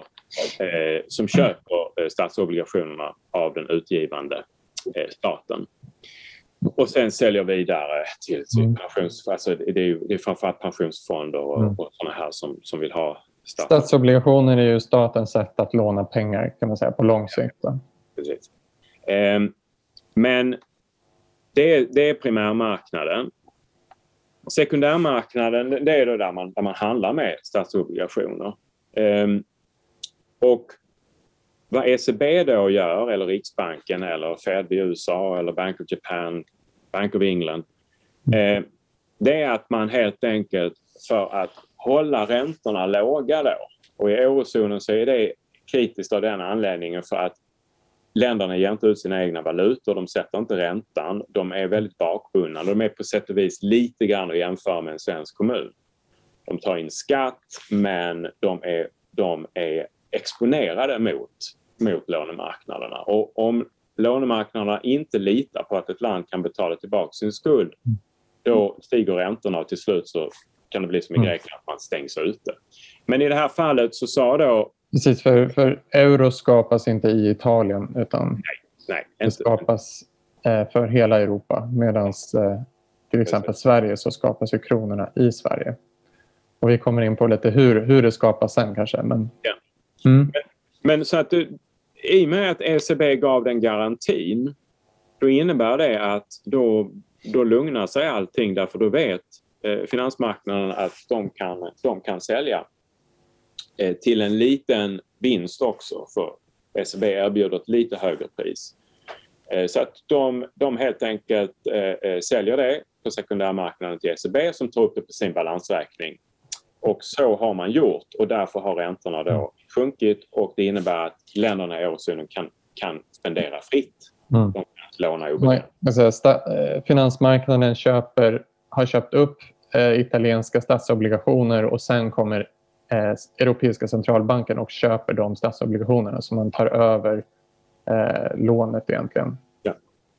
statsobligationerna av den utgivande staten. Och sen säljer vidare till alltså det är framförallt pensionsfonder och sådana här som vill ha statsobligationer är ju statens sätt att låna pengar, kan man säga, på lång sikt. Precis. Men det är primärmarknaden. Sekundärmarknaden, det är då där man handlar med statsobligationer. Och vad ECB då gör, eller Riksbanken eller Fed i USA eller Bank of Japan, Bank of England, det är att man helt enkelt för att hålla räntorna låga då, och i eurozonen så är det kritiskt av den anledningen för att länderna ger inte ut sina egna valutor, de sätter inte räntan, de är väldigt bakbundna, de är på sätt och vis lite grann att jämföra med en svensk kommun. De tar in skatt, men de är exponerade mot lånemarknaderna. Och om lånemarknaderna inte litar på att ett land kan betala tillbaka sin skuld, då stiger räntorna och till slut så kan det bli som i Grekland att man stängs ute. Men i det här fallet så sa då... Precis, för euro skapas inte i Italien utan det skapas för hela Europa. Medan till exempel Sverige så skapas ju kronorna i Sverige. Och vi kommer in på lite hur det skapas sen kanske. Men... Ja. Men så att i och med att ECB gav den garantin, då innebär det att då lugnar sig allting, därför då vet finansmarknaden att de kan sälja till en liten vinst också, för ECB erbjuder ett lite högre pris. Så att de helt enkelt säljer det på sekundärmarknaden till ECB som tar upp det på sin balansräkning. Och så har man gjort, och därför har räntorna då sjunkit, och det innebär att länderna i eurozonen kan spendera fritt. De kan låna obegränsat. Finansmarknaden har köpt upp italienska statsobligationer, och sen kommer Europeiska centralbanken och köper de statsobligationerna, så man tar över lånet egentligen. Ja.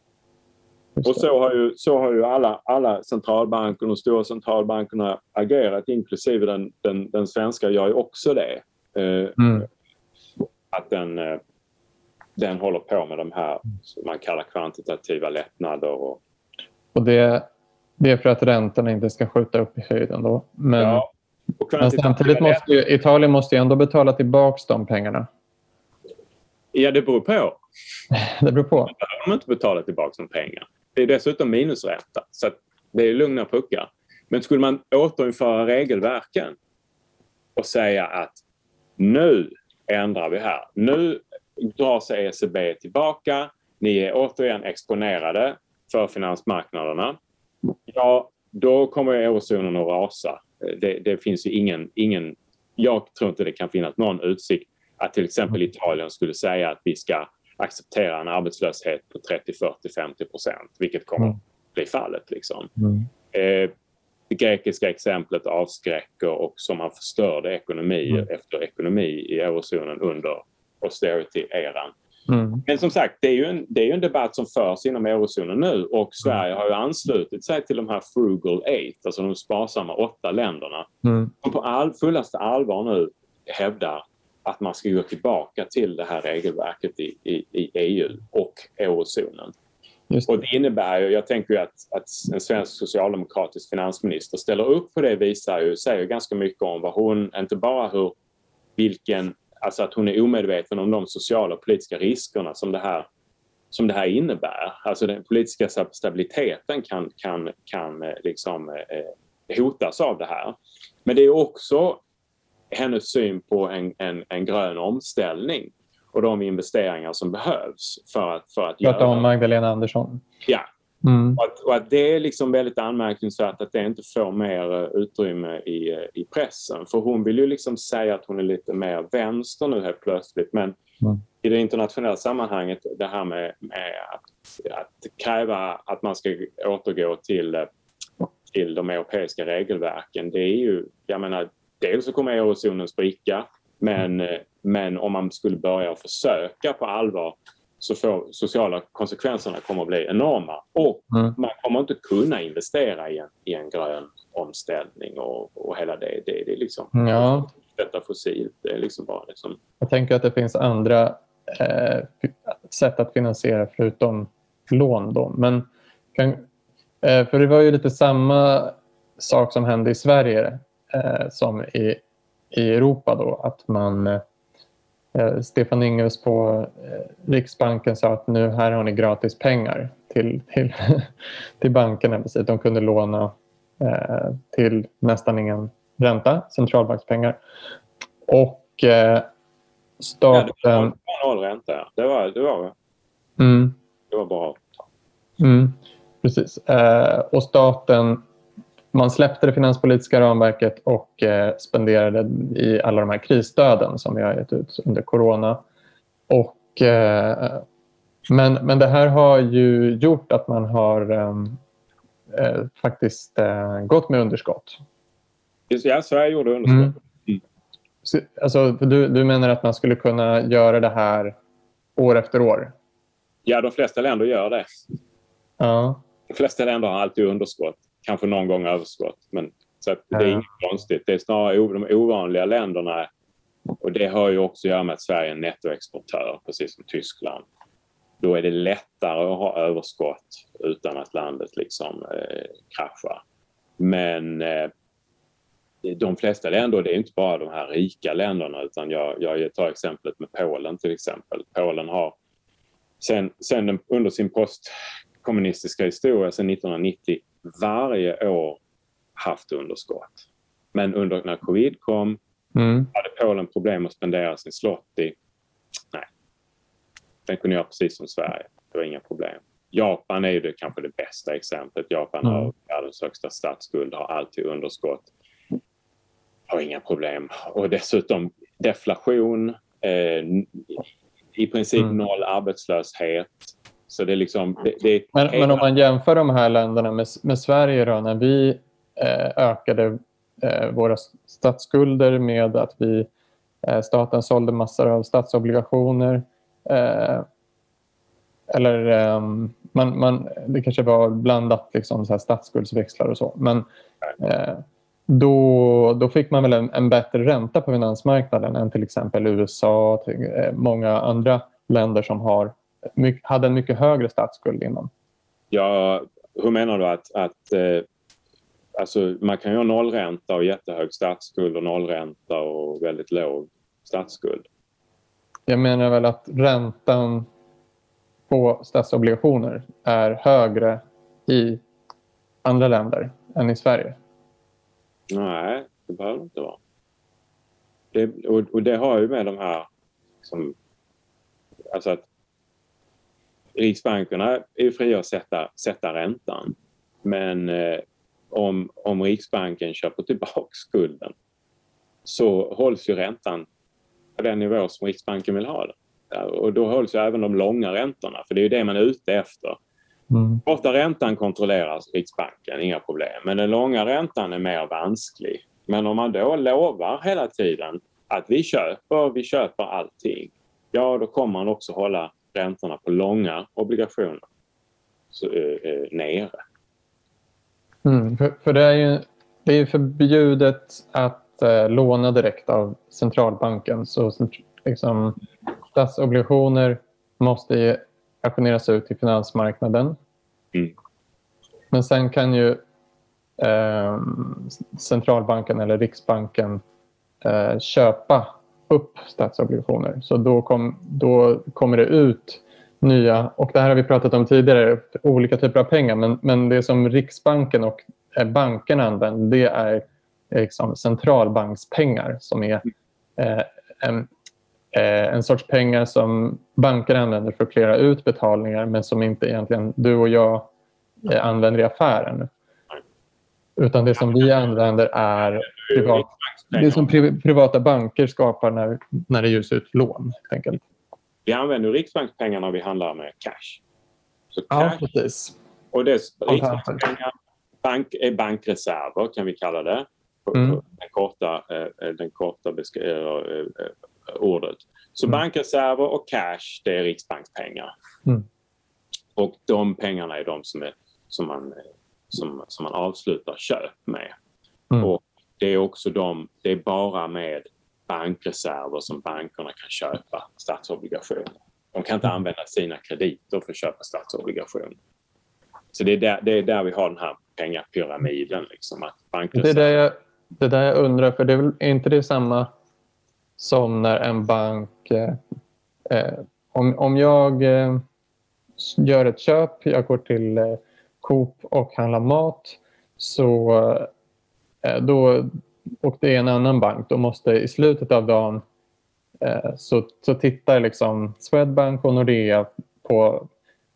Och så har ju alla centralbanker och stora centralbankerna agerat, inklusive den svenska gör ju också det. Att den håller på med de här som man kallar kvantitativa lättnader. Och det är för att räntorna inte ska skjuta upp i höjden då. Men samtidigt måste Italien måste ju ändå betala tillbaka de pengarna. Ja, det beror på. Det beror på. De inte betala tillbaka de pengar. Det är dessutom minusränta, så att det är lugna puckar. Men skulle man återinföra regelverken och säga att nu ändrar vi här. Nu drar sig ECB tillbaka. Ni är återigen exponerade för finansmarknaderna. Ja, då kommer eurozonen att rasa. Det finns ju ingen... Jag tror inte det kan finnas någon utsikt att till exempel Italien skulle säga att vi ska acceptera en arbetslöshet på 30, 40, 50%, vilket kommer att bli fallet. Liksom. det grekiska exemplet avskräcker och som man förstörde ekonomi efter ekonomi i eurozonen under austerity-eran. Men som sagt, det är ju en debatt som förs inom eurozonen nu, och Sverige har ju anslutit sig till de här frugal 8, alltså de sparsamma 8 länderna. Som på fullaste allvar nu hävdar att man ska gå tillbaka till det här regelverket i EU och eurozonen. Och det innebär ju, jag tänker ju att en svensk socialdemokratisk finansminister ställer upp på det, säger ganska mycket om vad hon, inte bara alltså att hon är omedveten om de sociala och politiska riskerna som det här innebär. Alltså den politiska stabiliteten kan liksom hotas av det här. Men det är också hennes syn på en grön omställning och de investeringar som behövs för att göra. Prata om Magdalena Andersson. Ja. Och att det är liksom väldigt anmärkningsvärt att det inte får mer utrymme i pressen. För hon vill ju liksom säga att hon är lite mer vänster nu helt plötsligt. Men i det internationella sammanhanget, det här med att kräva att man ska återgå till de europeiska regelverken, det är ju, jag menar, dels så kommer eurozonen spricka, men om man skulle börja försöka på allvar så får sociala konsekvenserna kommer att bli enorma, och man kommer inte kunna investera i en grön omställning och hela det är liksom detta fossilt, det är liksom bara liksom. Jag tänker att det finns andra sätt att finansiera förutom lån då, men för det var ju lite samma sak som hände i Sverige som i Europa då, att man Stefan Ingves på Riksbanken sa att nu här har ni gratis pengar till bankerna. De kunde låna till nästan ingen ränta, centralbankspengar. Och staten... Ja, det var noll ränta. Det var bra. Precis. Och staten... Man släppte det finanspolitiska ramverket och spenderade i alla de här krisstöden som vi har gett ut under corona. Men det här har ju gjort att man har faktiskt gått med underskott. Ja, Sverige gjorde underskott. Alltså, du menar att man skulle kunna göra det här år efter år? Ja, de flesta länder gör det. Ja. De flesta länder har alltid underskott. Kanske någon gång överskott. Men, så att det är inget konstigt. Det är snarare de ovanliga länderna. Och det har ju också att göra med att Sverige är en nettoexportör, precis som Tyskland. Då är det lättare att ha överskott utan att landet liksom kraschar. Men de flesta länder, det är inte bara de här rika länderna, utan jag tar exemplet med Polen till exempel. Polen har sen under sin postkommunistiska historia sedan 1990 varje år haft underskott. Men när covid kom hade Polen problem att spendera sin zloty. Nej. Den kunde göra precis som Sverige. Det var inga problem. Japan är ju kanske det bästa exemplet. Japan har världens högsta statsskuld, har alltid underskott. Har inga problem. Och dessutom deflation, i princip noll arbetslöshet. Så det är liksom, men om man jämför de här länderna med Sverige då, när vi ökade våra statsskulder med att staten sålde massor av statsobligationer, eller det kanske var blandat liksom, så här statsskuldsväxlar och så, men då fick man väl en bättre ränta på finansmarknaden än till exempel USA, många andra länder som hade en mycket högre statsskuld innan. Ja, hur menar du att alltså man kan ju ha nollränta och jättehög statsskuld och nollränta och väldigt låg statsskuld? Jag menar väl att räntan på statsobligationer är högre i andra länder än i Sverige. Nej, det behöver inte vara. Och det har ju med de här alltså att Riksbankerna är ju fria att sätta räntan. Men om Riksbanken köper tillbaka skulden så hålls ju räntan på den nivå som Riksbanken vill ha det. Och då hålls ju även de långa räntorna, för det är ju det man är ute efter. Korta räntan kontrolleras Riksbanken, inga problem. Men den långa räntan är mer vansklig. Men om man då lovar hela tiden att vi köper allting, ja då kommer man också hålla räntorna på långa obligationer nere. För det är ju förbjudet att låna direkt av centralbanken. Så liksom, statsobligationer måste auktioneras ut till finansmarknaden. Men sen kan ju centralbanken eller Riksbanken köpa upp statsobligationer. Så då kommer det ut nya, och det här har vi pratat om tidigare, olika typer av pengar. Men det som Riksbanken och bankerna använder, det är liksom centralbankspengar som är en sorts pengar som banker använder för att klara ut betalningar, men som inte egentligen du och jag använder i affären. Utan det som vi använder är det som privata banker skapar när det ges ut lån, helt enkelt. Vi använder Riksbankspengar när vi handlar med cash. Så cash, ja, precis. Och Riksbankspengar är bankreserver, kan vi kalla det. Den korta ordet. Så bankreserver och cash, det är Riksbankspengar. Och de pengarna är de som man avslutar köp med. Och det är också det är bara med bankreserver som bankerna kan köpa statsobligationer. De kan inte använda sina krediter för att köpa statsobligationer. Så det är där vi har den här pengapyramiden. Liksom, att bankreserver... Det där jag undrar, för det är väl inte det samma som när en bank... Om jag gör ett köp, jag går till Coop och handlar mat, och det är en annan bank, då måste i slutet av dagen så tittar liksom Swedbank och Nordea på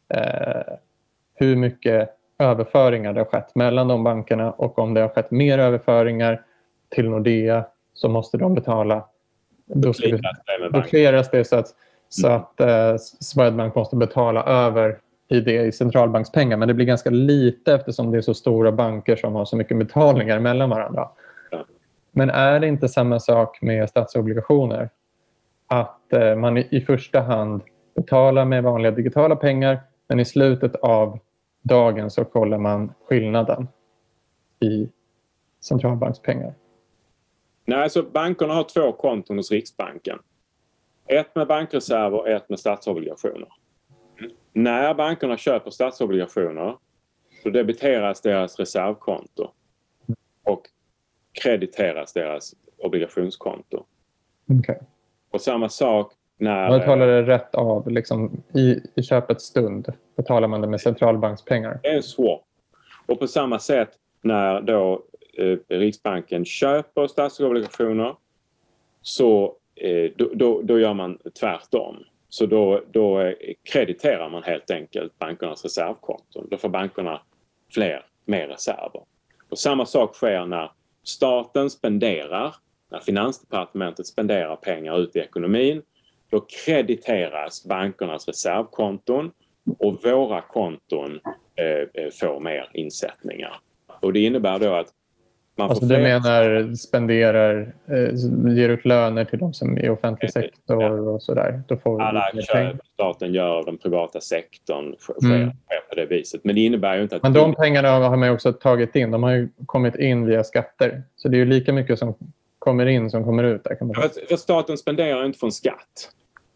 hur mycket överföringar det har skett mellan de bankerna, och om det har skett mer överföringar till Nordea så måste de betala. Då clearas det så att Swedbank måste betala över i centralbankspengar, men det blir ganska lite eftersom det är så stora banker som har så mycket betalningar mellan varandra. Men är det inte samma sak med statsobligationer? Att man i första hand betalar med vanliga digitala pengar, men i slutet av dagen så kollar man skillnaden i centralbankspengar? Nej, alltså bankerna har 2 konton hos Riksbanken. Ett med bankreserver och ett med statsobligationer. När bankerna köper statsobligationer så debiteras deras reservkonto och krediteras deras obligationskonto. Okay. Och samma sak när... Man betalar det rätt av liksom, i köpets stund betalar man det med centralbankspengar. Det är en swap. Och på samma sätt när då Riksbanken köper statsobligationer så då gör man tvärtom. Så då krediterar man helt enkelt bankernas reservkonton. Då får bankerna mer reserver. Och samma sak sker när staten när Finansdepartementet spenderar pengar ut i ekonomin. Då krediteras bankernas reservkonton och våra konton får mer insättningar. Och det innebär då att man får du menar spenderar, ger ut löner till de som är i offentlig sektor och sådär? Då får alla köp staten gör, den privata sektorn sker på det viset. Men det innebär ju inte att... Men de pengarna har man ju också tagit in. De har ju kommit in via skatter. Så det är ju lika mycket som kommer in som kommer ut där, kan man säga. För staten spenderar inte från skatt.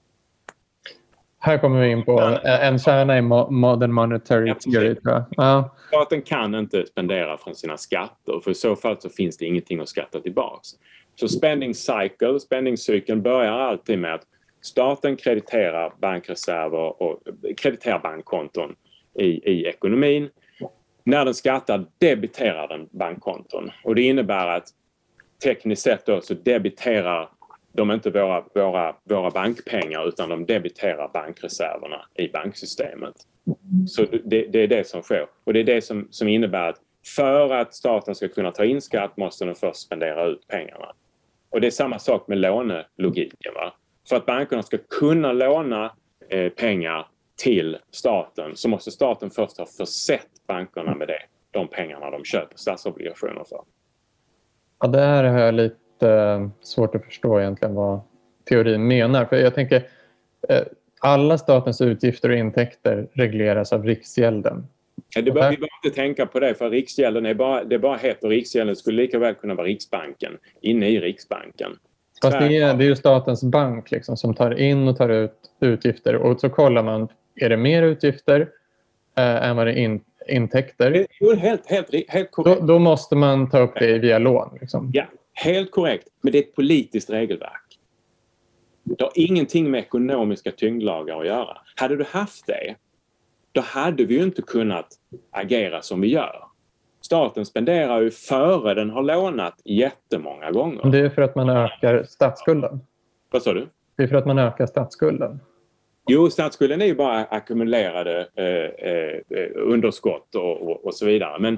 Här kommer vi in på en kärna i modern monetary theory, tror jag. Ja. Staten kan inte spendera från sina skatter, för i så fall så finns det ingenting att skatta tillbaks. Så spendingcykeln börjar alltid med att staten krediterar bankreserver och krediterar bankkonton i ekonomin. När den skattar debiterar den bankkonton. Och det innebär att tekniskt sett då så debiterar de inte våra bankpengar, utan de debiterar bankreserverna i banksystemet. Så det är det som sker. Och det är det som innebär att för att staten ska kunna ta in skatt måste den först spendera ut pengarna. Och det är samma sak med lånelogiken. Va? För att bankerna ska kunna låna pengar till staten så måste staten först ha försett bankerna med de pengarna de köper statsobligationer för. Ja, det här har jag lite svårt att förstå egentligen vad teorin menar. För jag tänker, alla statens utgifter och intäkter regleras av Riksgälden. Ja, vi behöver inte tänka på det, för Riksgälden det bara heter Riksgälden, skulle lika väl kunna vara Riksbanken, inne i Riksbanken. Fast det är ju statens bank liksom, som tar in och tar ut utgifter, och så kollar man, är det mer utgifter än vad det är intäkter? Helt korrekt. Då måste man ta upp det via lån. Liksom. Ja, helt korrekt. Men det är ett politiskt regelverk. Det har ingenting med ekonomiska tyngdlagar att göra. Hade du haft det, då hade vi ju inte kunnat agera som vi gör. Staten spenderar ju före den har lånat jättemånga gånger. Det är för att man ökar statsskulden. Vad sa du? Det är för att man ökar statsskulden. Jo, statsskulden är ju bara ackumulerade underskott och så vidare.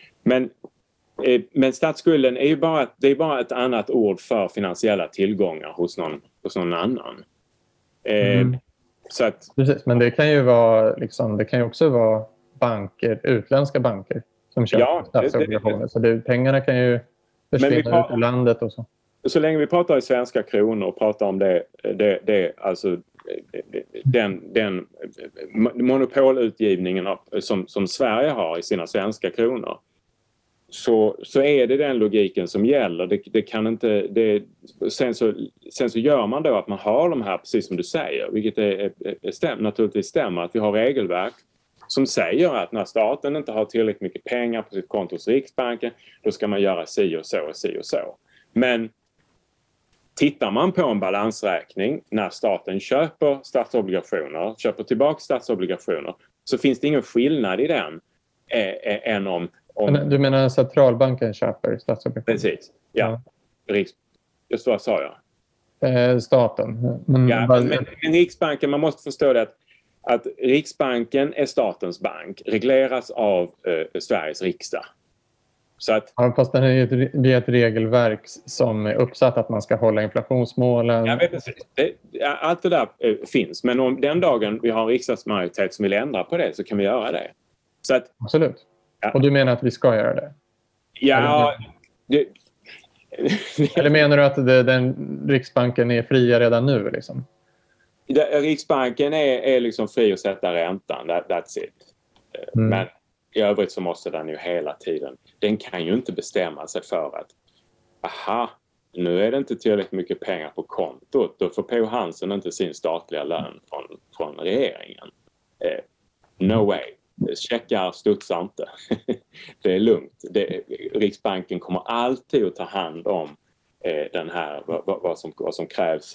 Men statsskulden är ju bara ett annat ord för finansiella tillgångar hos någon annan. Så att, precis, men det kan ju vara det kan ju också vara banker, utländska banker som köper statsobligationer. Så pengarna kan ju försvinna ut ur landet och så. Så länge vi pratar i svenska kronor och pratar om det alltså den monopolutgivningen som Sverige har i sina svenska kronor, så är det den logiken som gäller. Det kan inte sen så gör man då att man har de här, precis som du säger, vilket naturligtvis stämmer, att vi har regelverk som säger att när staten inte har tillräckligt mycket pengar på sitt konto hos Riksbanken, då ska man göra si och så och si och så. Men tittar man på en balansräkning när staten köper tillbaka statsobligationer, så finns det ingen skillnad i den än om... Du menar centralbanken köper statsobligationer? Precis, ja. Just vad sa jag? Staten. Men Riksbanken, man måste förstå det att Riksbanken är statens bank, regleras av Sveriges riksdag. Så att, fast den är ett regelverk som är uppsatt att man ska hålla inflationsmålen. Ja, precis. Allt det där finns. Men om den dagen vi har en riksdagsmajoritet som vill ändra på det, så kan vi göra det. Så att, absolut. Ja. Och du menar att vi ska göra det? Ja. Eller menar du att Riksbanken är fria redan nu? Liksom? Riksbanken är liksom fri att sätta räntan. That's it. Men i övrigt så måste den ju hela tiden. Den kan ju inte bestämma sig för att nu är det inte tillräckligt mycket pengar på kontot. Då får P.O. Hansen inte sin statliga lön från regeringen. No way. Checkar studsar inte. Det är lugnt. Riksbanken kommer alltid att ta hand om den här, vad som krävs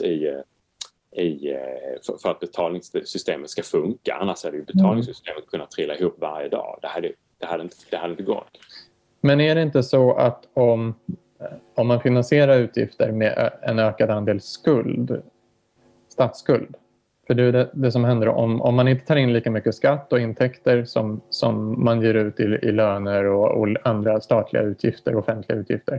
för att betalningssystemet ska funka. Annars hade ju betalningssystemet kunnat trilla ihop varje dag. Det hade inte gått. Men är det inte så att om man finansierar utgifter med en ökad andel statsskuld, för det är det som händer om man inte tar in lika mycket skatt och intäkter som man ger ut i löner och andra statliga utgifter, offentliga utgifter,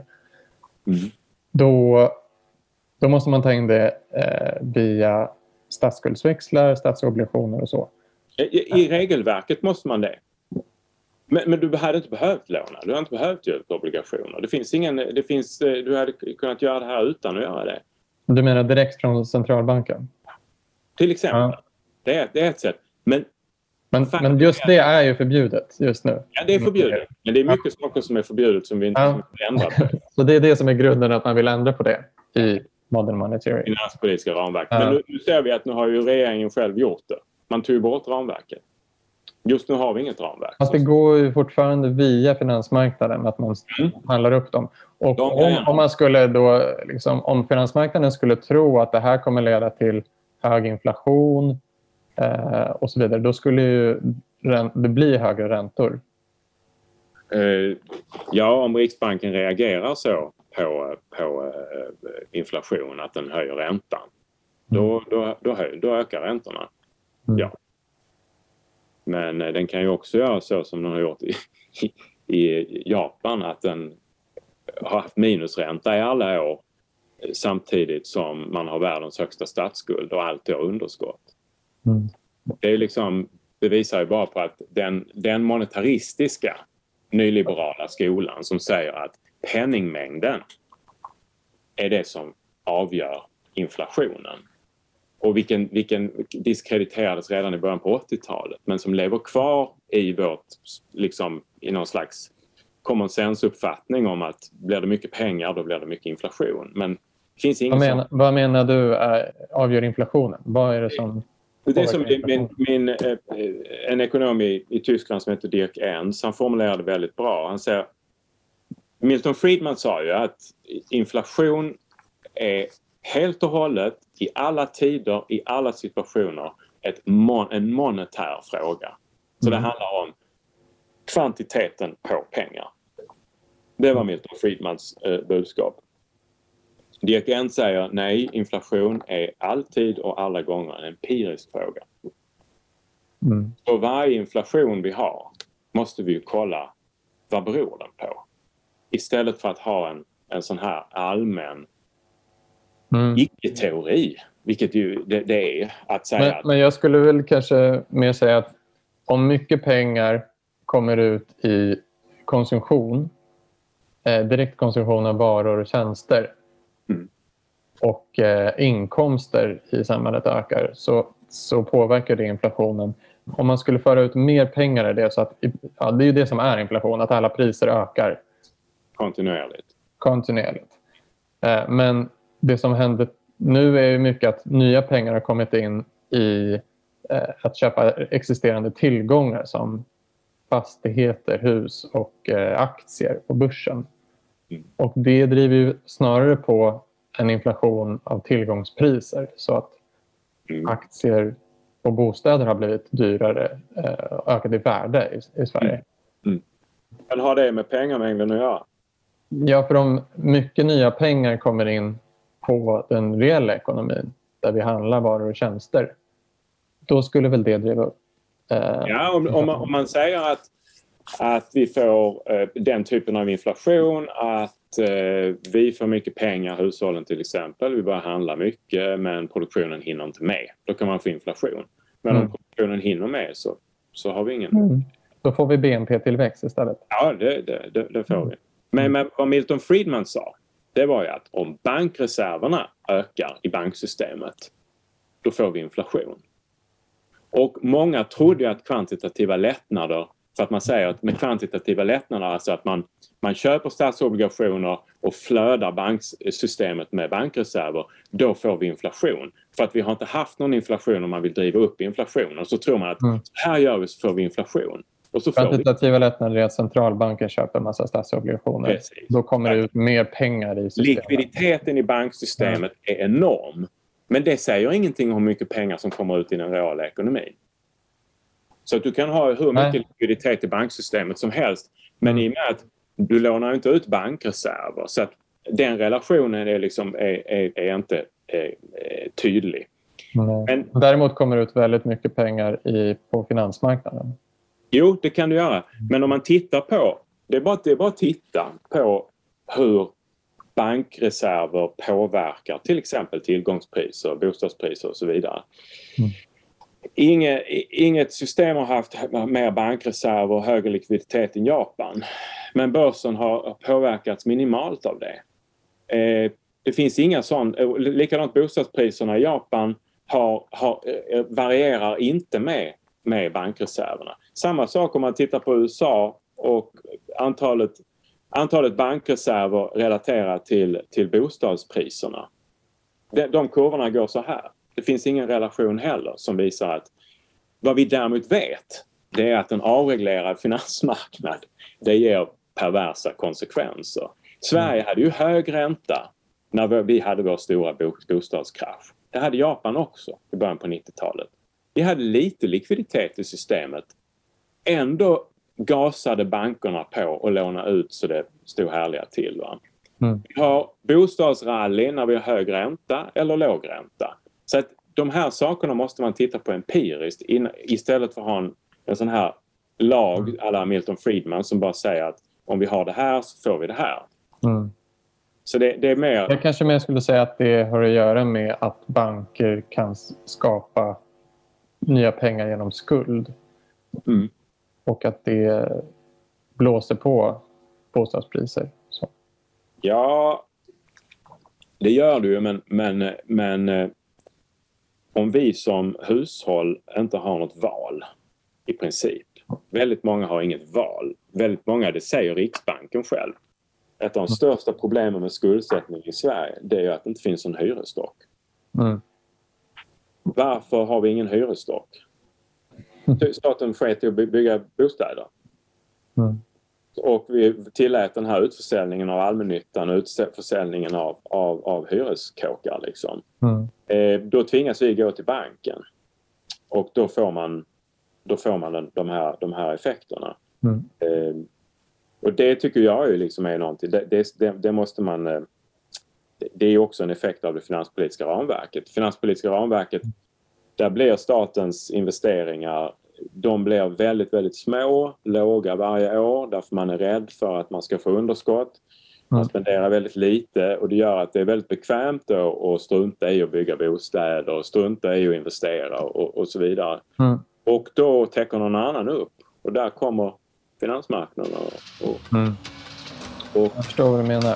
då måste man ta in det via statsskuldsväxlar, statsobligationer och så. I regelverket måste man det. Men du hade inte behövt låna. Du hade inte behövt göra obligationer. Du hade kunnat göra det här utan att göra det. Du menar direkt från centralbanken? Till exempel. Ja. Det är ett sätt. Men just det är ju förbjudet just nu. Ja, det är förbjudet. Men det är mycket saker som är förbjudet som vi inte kan ändra på. Så det är det som är grunden, att man vill ändra på det i modern monetary. Finanspolitiska ramverk. Ja. Men nu ser vi att nu har ju regeringen själv gjort det. Man tog bort ramverket. Just nu har vi inget ramverk. Fast det går ju fortfarande via finansmarknaden att man handlar upp dem. Och om man skulle då om finansmarknaden skulle tro att det här kommer leda till hög inflation och så vidare, då skulle ju det bli högre räntor. Ja, om Riksbanken reagerar så på inflation, att den höjer räntan, då ökar räntorna. Ja. Men den kan ju också göra så som den har gjort i Japan, att den har haft minusränta i alla år samtidigt som man har världens högsta statsskuld och alltid har underskott. Det är liksom, det visar ju bara på att den monetaristiska nyliberala skolan som säger att penningmängden är det som avgör inflationen. Och vilken diskrediterades redan i början på 80-talet, men som lever kvar i vårt, liksom, i någon slags common sense-uppfattning om att blir det mycket pengar, då blir det mycket inflation. Men det finns ingen vad menar du avgör inflationen? Vad är det som... Det är som en ekonom i Tyskland som heter Dirk Ernst, han formulerade väldigt bra. Han säger, Milton Friedman sa ju att inflation är helt och hållet i alla tider, i alla situationer en monetär fråga. Så det handlar om kvantiteten på pengar. Det var Milton Friedmans budskap. Dirk Ernst säger nej, inflation är alltid och alla gånger en empirisk fråga. Och varje inflation vi har måste vi ju kolla vad beror den på. Istället för att ha en sån här allmän icke-teori, vilket ju det är att säga. Men jag skulle väl kanske mer säga att om mycket pengar kommer ut i konsumtion, direktkonsumtion av varor och tjänster och inkomster i samhället ökar, så påverkar det inflationen. Om man skulle föra ut mer pengar i det, så att det är ju det som är inflation, att alla priser ökar kontinuerligt. Men det som händer nu är ju mycket att nya pengar har kommit in i att köpa existerande tillgångar som fastigheter, hus och aktier på börsen. Och det driver ju snarare på en inflation av tillgångspriser, så att aktier och bostäder har blivit dyrare, ökat i värde i Sverige. Men har det med pengamängden att göra? Ja, för om mycket nya pengar kommer in på den reella ekonomin, där vi handlar varor och tjänster, då skulle väl det driva upp. Om man säger att vi får den typen av inflation, att vi får mycket pengar, hushållen till exempel, vi börjar handla mycket men produktionen hinner inte med, då kan man få inflation. Men om produktionen hinner med så har vi ingen. Då får vi BNP-tillväxt istället. Ja, det får vi. Men vad Milton Friedman sa, det var ju att om bankreserverna ökar i banksystemet, då får vi inflation. Och många trodde att kvantitativa lättnader, för att man säger att med kvantitativa lättnader, alltså att man köper statsobligationer och flödar banksystemet med bankreserver, då får vi inflation. För att vi har inte haft någon inflation om man vill driva upp inflationen. Så tror man att här gör vi så får vi inflation. Och så kvantitativa lättnader är att centralbanken köper en massa statsobligationer. Precis. Då kommer det ut mer pengar i systemet. Likviditeten i banksystemet är enorm. Men det säger ingenting om hur mycket pengar som kommer ut i den reala ekonomin. Så att du kan ha hur mycket likviditet i banksystemet som helst. Men i och med att du lånar inte ut bankreserver. Så att den relationen är inte tydlig. Men däremot kommer det ut väldigt mycket pengar på finansmarknaden. Jo, det kan du göra. Men om man tittar på... Det är bara att titta på hur bankreserver påverkar till exempel tillgångspriser, bostadspriser och så vidare. Inget system har haft mer bankreserver och högre likviditet än Japan. Men börsen har påverkats minimalt av det. Det finns inga likadant bostadspriserna i Japan varierar inte med bankreserverna. Samma sak om man tittar på USA och antalet bankreserver relaterat till bostadspriserna. De kurvorna går så här. Det finns ingen relation heller som visar att vad vi däremot vet, det är att en avreglerad finansmarknad, det ger perversa konsekvenser. Sverige hade ju hög ränta när vi hade vår stora bostadskrasch. Det hade Japan också i början på 90-talet. Vi hade lite likviditet i systemet. Ändå gasade bankerna på och låna ut så det stod härliga till. Va? Vi har bostadsrally när vi har hög ränta eller låg ränta. Så att de här sakerna måste man titta på empiriskt istället för att ha en sån här lag à la Milton Friedman som bara säger att om vi har det här så får vi det här. Så det är mer... Jag kanske mer skulle säga att det har att göra med att banker kan skapa nya pengar genom skuld. Mm. Och att det blåser på bostadspriser. Så. Ja, det gör det ju, men om vi som hushåll inte har något val i princip. Väldigt många har inget val. Väldigt många, det säger Riksbanken själv. Ett av de största problemen med skuldsättning i Sverige, det är ju att det inte finns en hyresstock. Mm. Varför har vi ingen hyresstock? Staten sket i att bygga bostäder. Mm. Och vi tillät den här utförsäljningen av allmännyttan och utförsäljningen av hyreskåkar liksom. Mm. Då tvingas vi gå till banken. Och då får man de här effekterna. Mm. Och det tycker jag ju liksom är någonting. Det måste man... Det är också en effekt av det finanspolitiska ramverket. Finanspolitiska ramverket, där blir statens investeringar, de blir väldigt, väldigt små, låga varje år, därför man är rädd för att man ska få underskott. Man spenderar väldigt lite och det gör att det är väldigt bekvämt att strunta i att bygga bostäder och strunta i att investera och så vidare. Mm. Och då täcker någon annan upp och där kommer finansmarknaden och jag förstår vad du menar.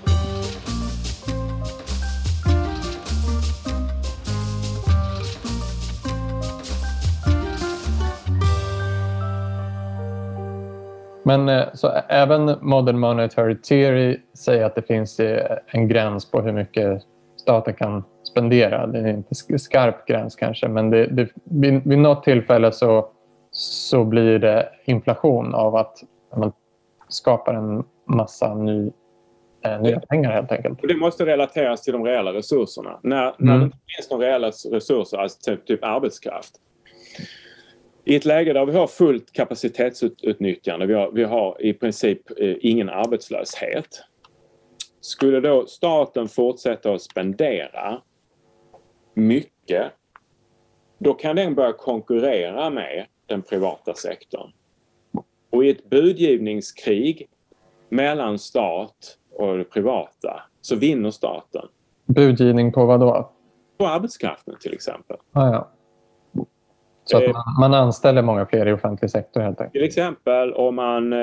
Men så även Modern Monetary Theory säger att det finns en gräns på hur mycket staten kan spendera. Det är inte skarp gräns kanske, men vid något tillfälle så blir det inflation av att man skapar en massa nya pengar helt enkelt. Och det måste relateras till de reella resurserna. När det inte finns några reella resurser, alltså typ arbetskraft. I ett läge där vi har fullt kapacitetsutnyttjande, vi har i princip ingen arbetslöshet. Skulle då staten fortsätta att spendera mycket, då kan den börja konkurrera med den privata sektorn. Och i ett budgivningskrig mellan stat och det privata så vinner staten. Budgivning på vad då? På arbetskraften till exempel. Ja. Så att man anställer många fler i offentlig sektor helt enkelt. Till exempel om man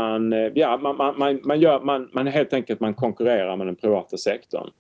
helt enkelt man konkurrerar med den privata sektorn.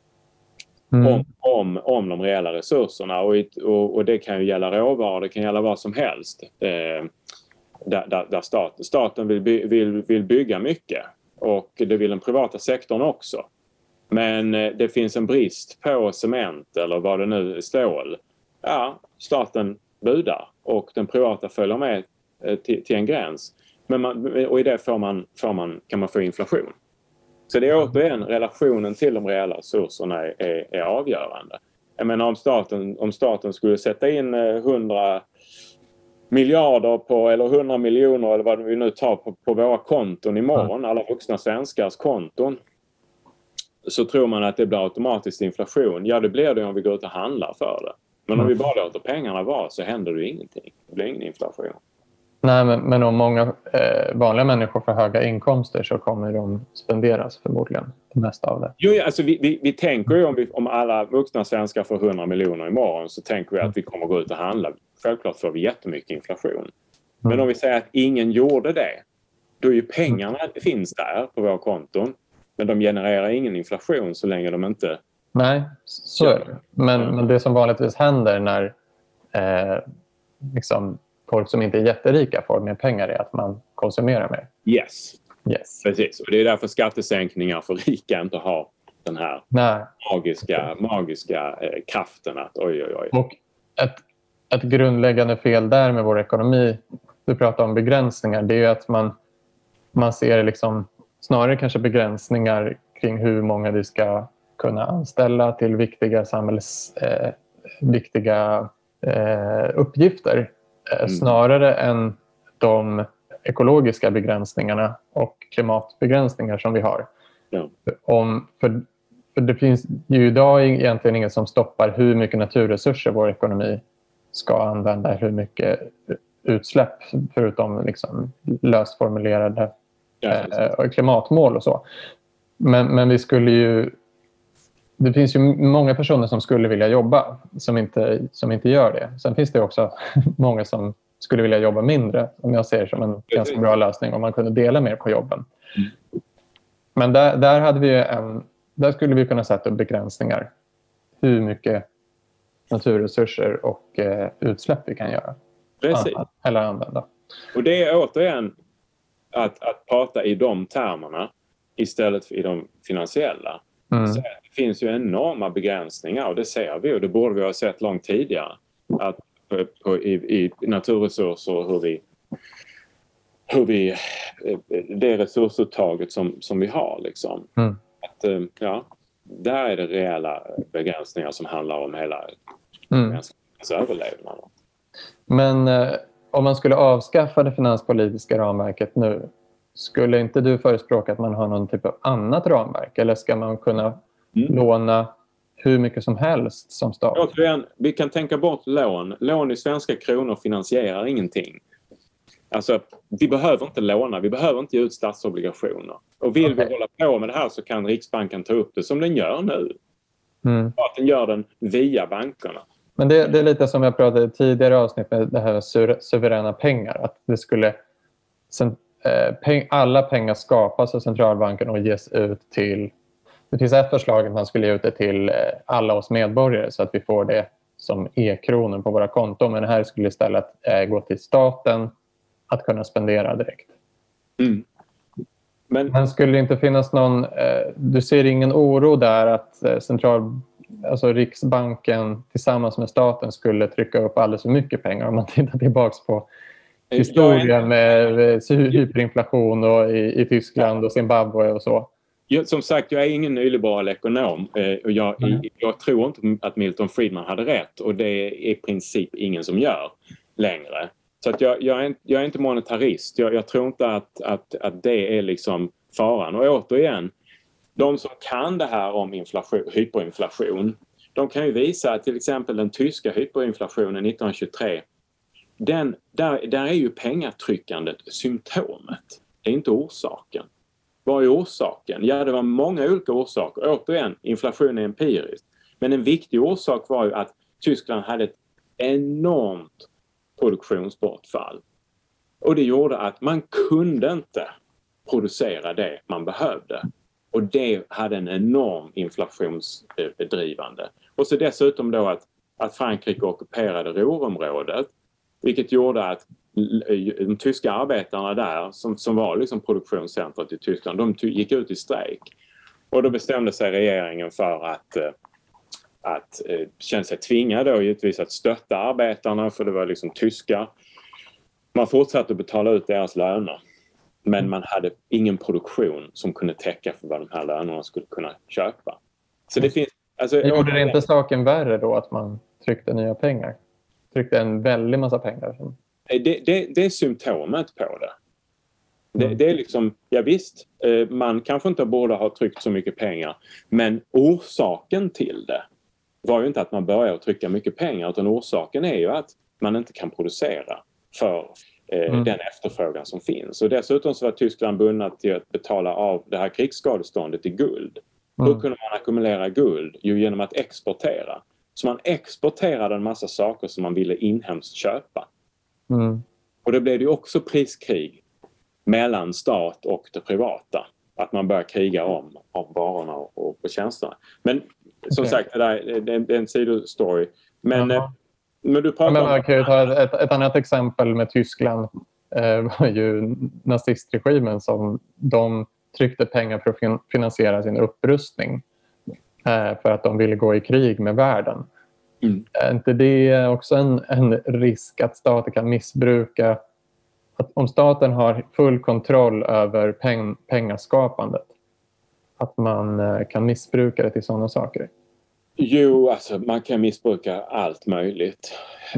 Om de reella resurserna och det kan ju gälla råvaror, det kan gälla vad som helst. Där staten vill bygga mycket och det vill den privata sektorn också. Men det finns en brist på cement eller vad det nu är, stål. Ja, staten budar och den privata följer med till en gräns. Och i det kan man få inflation. Så det är återigen relationen till de reella resurserna är avgörande. Jag menar om staten skulle sätta in 100 miljarder eller 100 miljoner eller vad vi nu tar på våra konton imorgon, alla vuxna svenskars konton, så tror man att det blir automatiskt inflation. Ja, det blir det om vi går ut och handlar för det. Men om vi bara låter pengarna vara så händer det ingenting. Det blir ingen inflation. Nej, men om många vanliga människor får höga inkomster så kommer de spenderas förmodligen det mesta av det. Jo, alltså vi tänker ju om alla vuxna svenskar får 100 miljoner imorgon så tänker vi att vi kommer gå ut och handla. Självklart får vi jättemycket inflation. Men om vi säger att ingen gjorde det, då är ju pengarna finns där på våra konton. Men de genererar ingen inflation så länge de inte... Nej, så är det. Men det som vanligtvis händer när folk som inte är jätterika får mer pengar är att man konsumerar mer. Yes. Precis. Och det är därför skattesänkningar för rika inte har den här magiska kraften att oj. Och ett grundläggande fel där med vår ekonomi, du pratar om begränsningar, det är ju att man ser snarare kanske begränsningar kring hur många vi ska kunna anställa till viktiga viktiga uppgifter snarare än de ekologiska begränsningarna och klimatbegränsningar som vi har. Ja. För det finns ju idag egentligen inget som stoppar hur mycket naturresurser vår ekonomi ska använda, hur mycket utsläpp förutom löst formulerade klimatmål och så. Men vi skulle ju det finns ju många personer som skulle vilja jobba som inte gör det. Sen finns det också många som skulle vilja jobba mindre, som jag ser som en ganska bra lösning om man kunde dela mer på jobben. Men där hade vi där skulle vi kunna sätta upp begränsningar hur mycket naturresurser och utsläpp vi kan göra. Precis. Eller använda. Och det är återigen att prata i de termerna istället för i de finansiella. Så det finns ju enorma begränsningar och det ser vi och det borde vi ha sett långt tidigare. Att i naturresurser hur vi det resursuttaget som vi har liksom. Att, där är det reella begränsningar som handlar om hela mänsklighetens överlevnad. Men om man skulle avskaffa det finanspolitiska ramverket nu, skulle inte du förespråka att man har någon typ av annat ramverk? Eller ska man kunna låna hur mycket som helst som stat? Återigen, vi kan tänka bort lån. Lån i svenska kronor finansierar ingenting. Alltså, vi behöver inte låna, vi behöver inte ge ut statsobligationer. Och vill vi hålla på med det här så kan Riksbanken ta upp det som den gör nu. Att den gör den via bankerna. Men det är lite som jag pratade i tidigare avsnitt med det här suveräna pengar. Att det skulle, alla pengar skapas av centralbanken och ges ut till... Det finns ett förslag att man skulle ge ut det till alla oss medborgare så att vi får det som e-kronor på våra konton. Men det här skulle istället gå till staten att kunna spendera direkt. Men skulle det inte finnas någon... Du ser ingen oro där att Riksbanken tillsammans med staten skulle trycka upp alldeles för mycket pengar om man tittar tillbaka på historien med hyperinflation och i Tyskland och Zimbabwe och så? Som sagt, jag är ingen nyliberal ekonom och jag tror inte att Milton Friedman hade rätt och det är i princip ingen som gör längre. Så att jag är inte monetarist. Jag tror inte att det är liksom faran. Och återigen, de som kan det här om hyperinflation, de kan ju visa att till exempel den tyska hyperinflationen 1923, där är ju pengatryckandet symptomet. Det är inte orsaken. Vad är orsaken? Ja, det var många olika orsaker. Återigen, inflation är empirisk. Men en viktig orsak var ju att Tyskland hade ett enormt produktionsbortfall. Och det gjorde att man kunde inte producera det man behövde. Och det hade en enorm inflationsdrivande. Och så dessutom då att Frankrike ockuperade Ruhrområdet, vilket gjorde att de tyska arbetarna där som var liksom produktionscentret i Tyskland, de gick ut i strejk. Och då bestämde sig regeringen för att känna sig tvingad då givetvis att stötta arbetarna, för det var liksom tyska. Man fortsatte att betala ut deras löner. Men man hade ingen produktion som kunde täcka för vad de här lönerna skulle kunna köpa. Så det finns... Gjorde det inte saken värre då att man tryckte nya pengar? Tryckte en väldig massa pengar? Det är symptomet på det. Det är liksom, ja visst, man kanske inte borde ha tryckt så mycket pengar. Men orsaken till det var ju inte att man började trycka mycket pengar, utan orsaken är ju att man inte kan producera för den efterfrågan som finns. Och dessutom så var Tyskland bundet till att betala av det här krigsskadeståndet i guld. Hur kunde man ackumulera guld? Jo, genom att exportera. Så man exporterade en massa saker som man ville inhemskt köpa. Och det blev ju också priskrig mellan stat och det privata. Att man börjar kriga om varorna och tjänsterna. Men som sagt, det är en sidostory. Men du pratar man kan ju ta ett annat exempel med Tyskland. Var ju nazistregimen som de tryckte pengar för att finansiera sin upprustning. För att de ville gå i krig med världen. Är inte det också en risk att staten kan missbruka, att om staten har full kontroll över pengaskapandet, att man kan missbruka det till sådana saker? Jo, alltså man kan missbruka allt möjligt.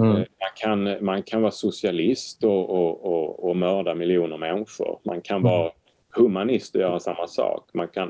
Man kan vara socialist och mörda miljoner människor. Man kan vara humanist och göra samma sak.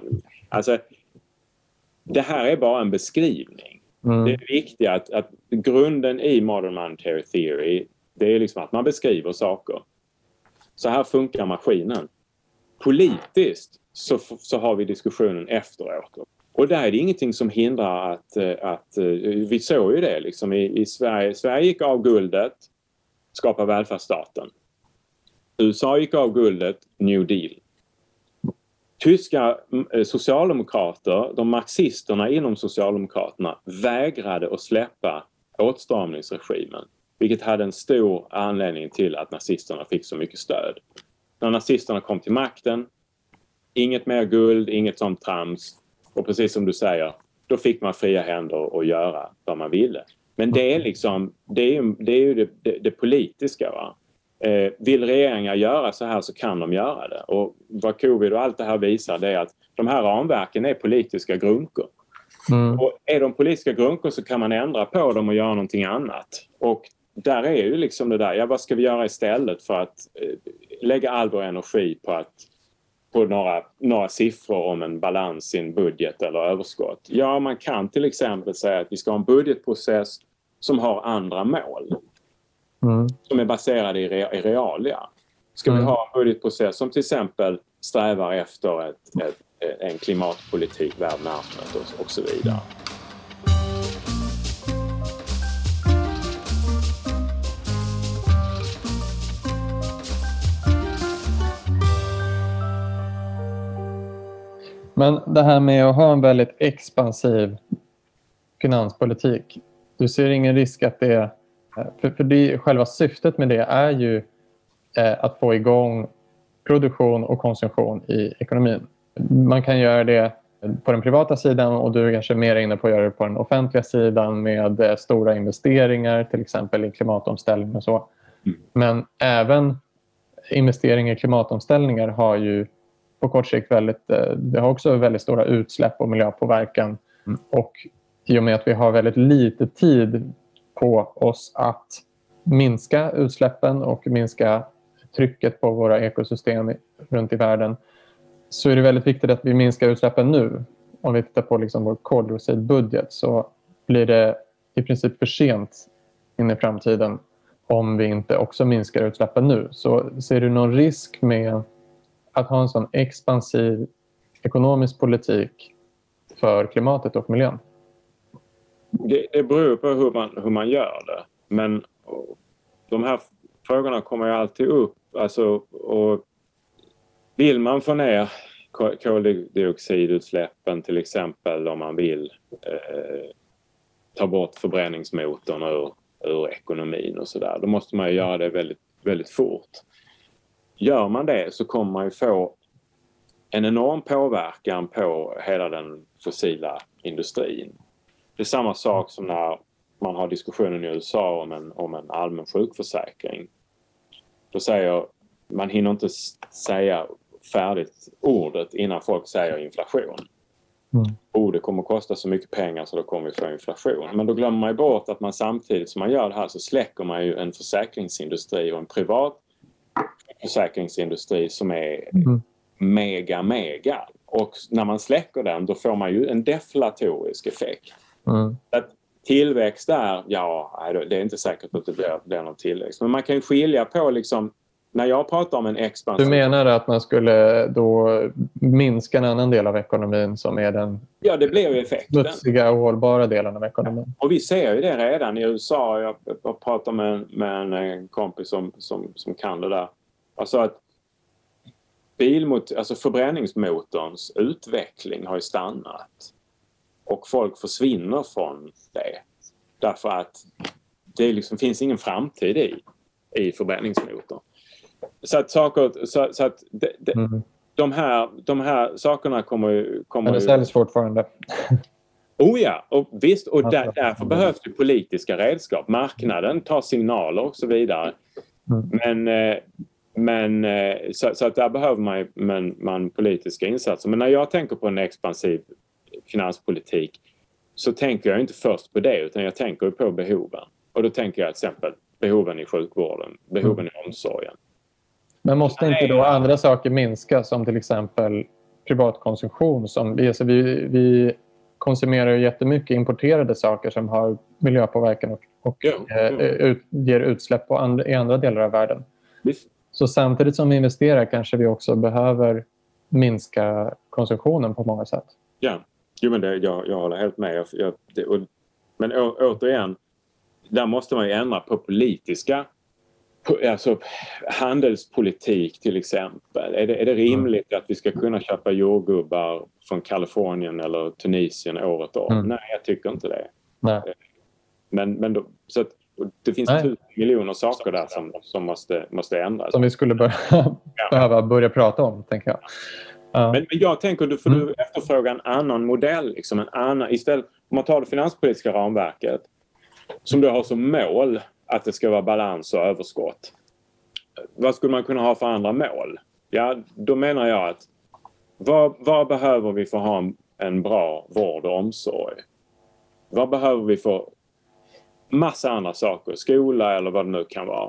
Det här är bara en beskrivning. Det är viktigt att grunden i Modern Monetary Theory, det är liksom att man beskriver saker. Så här funkar maskinen. Politiskt så har vi diskussionen efteråt. Och där är det ingenting som hindrar att vi såg ju det liksom i Sverige. Sverige gick av guldet, skapade välfärdsstaten. USA gick av guldet, New Deal. Tyska socialdemokrater, de marxisterna inom socialdemokraterna, vägrade att släppa åtstramningsregimen. Vilket hade en stor anledning till att nazisterna fick så mycket stöd. När nazisterna kom till makten, inget mer guld, inget sånt trams. Och precis som du säger, då fick man fria händer att göra vad man ville. Men det är liksom, det är ju det politiska, va. Vill regeringar göra så här så kan de göra det. Och vad covid och allt det här visar, det är att de här ramverken är politiska grunkor. Och är de politiska grunkor så kan man ändra på dem och göra någonting annat. Och där är ju liksom det där, ja, vad ska vi göra istället för att lägga all vår energi på några siffror om en balans i en budget eller överskott. Ja, man kan till exempel säga att vi ska ha en budgetprocess som har andra mål. Som är baserade i realia. Ska vi ha en budgetprocess som till exempel strävar efter en klimatpolitik värd namnet och så vidare. Men det här med att ha en väldigt expansiv finanspolitik, du ser ingen risk att det... För det, själva syftet med det är ju att få igång produktion och konsumtion i ekonomin. Man kan göra det på den privata sidan och du är kanske mer inne på att göra det på den offentliga sidan med stora investeringar, till exempel i klimatomställning och så. Men även investeringar i klimatomställningar har ju på kort sikt det har också väldigt stora utsläpp och miljöpåverkan. Och i och med att vi har väldigt lite tid på oss att minska utsläppen och minska trycket på våra ekosystem runt i världen, så är det väldigt viktigt att vi minskar utsläppen nu. Om vi tittar på liksom vår koldioxidbudget så blir det i princip för sent in i framtiden om vi inte också minskar utsläppen nu. Så ser du någon risk med att ha en sån expansiv ekonomisk politik för klimatet och miljön? Det beror på hur man gör det. Men de här frågorna kommer ju alltid upp. Alltså, och vill man få ner koldioxidutsläppen till exempel, om man vill ta bort förbränningsmotorn ur ekonomin och sådär, då måste man ju göra det väldigt, väldigt fort. Gör man det så kommer man ju få en enorm påverkan på hela den fossila industrin. Det är samma sak som när man har diskussionen i USA om en allmän sjukförsäkring. Då säger man hinner inte säga färdigt ordet innan folk säger inflation. Det kommer att kosta så mycket pengar så då kommer vi få inflation. Men då glömmer man ju bort att man samtidigt som man gör det här så släcker man ju en försäkringsindustri och en privat försäkringsindustri som är mega. Och när man släcker den då får man ju en deflatorisk effekt. Att tillväxt där, det är inte säkert att det blir någon tillväxt. Men man kan ju skilja på liksom, när jag pratar om en expansion... Du menar att man skulle då minska en annan del av ekonomin som är den... Ja, det blir ju effekten. Smutsiga och hållbara delen av ekonomin. Ja. Och vi ser ju det redan i USA. Jag pratar med en kompis som kan det där. Alltså att förbränningsmotorns utveckling har ju stannat. Och folk försvinner från det. Därför att det liksom finns ingen framtid i förbränningsmotorn. Så att de här sakerna kommer Men det säljs fortfarande. Oh ja, och visst. Och därför behövs det politiska redskap. Marknaden tar signaler och så vidare. Men så att där behöver man politiska insatser. Men när jag tänker på en expansiv finanspolitik så tänker jag inte först på det utan jag tänker på behoven. Och då tänker jag till exempel behoven i sjukvården, behoven i omsorgen. Men måste inte då andra saker minska som till exempel privatkonsumtion? Vi konsumerar ju jättemycket importerade saker som har miljöpåverkan och ger utsläpp i andra delar av världen. Visst. Så samtidigt som vi investerar kanske vi också behöver minska konsumtionen på många sätt. Ja, Jo, men jag håller helt med. Men återigen, där måste man ju ändra på politiska, alltså handelspolitik till exempel. Är det rimligt att vi ska kunna köpa jordgubbar från Kalifornien eller Tunisien året om? Nej, jag tycker inte det. Nej. Men då, så att, det finns 1000 miljoner saker där som måste ändras. Som vi skulle behöva börja prata om, tänker jag. Men jag tänker, du efterfrågar en annan modell. Liksom istället, om man tar det finanspolitiska ramverket som du har som mål att det ska vara balans och överskott. Vad skulle man kunna ha för andra mål? Ja, då menar jag att vad behöver vi för att ha en bra vård och omsorg? Vad behöver vi för massa andra saker? Skola eller vad det nu kan vara.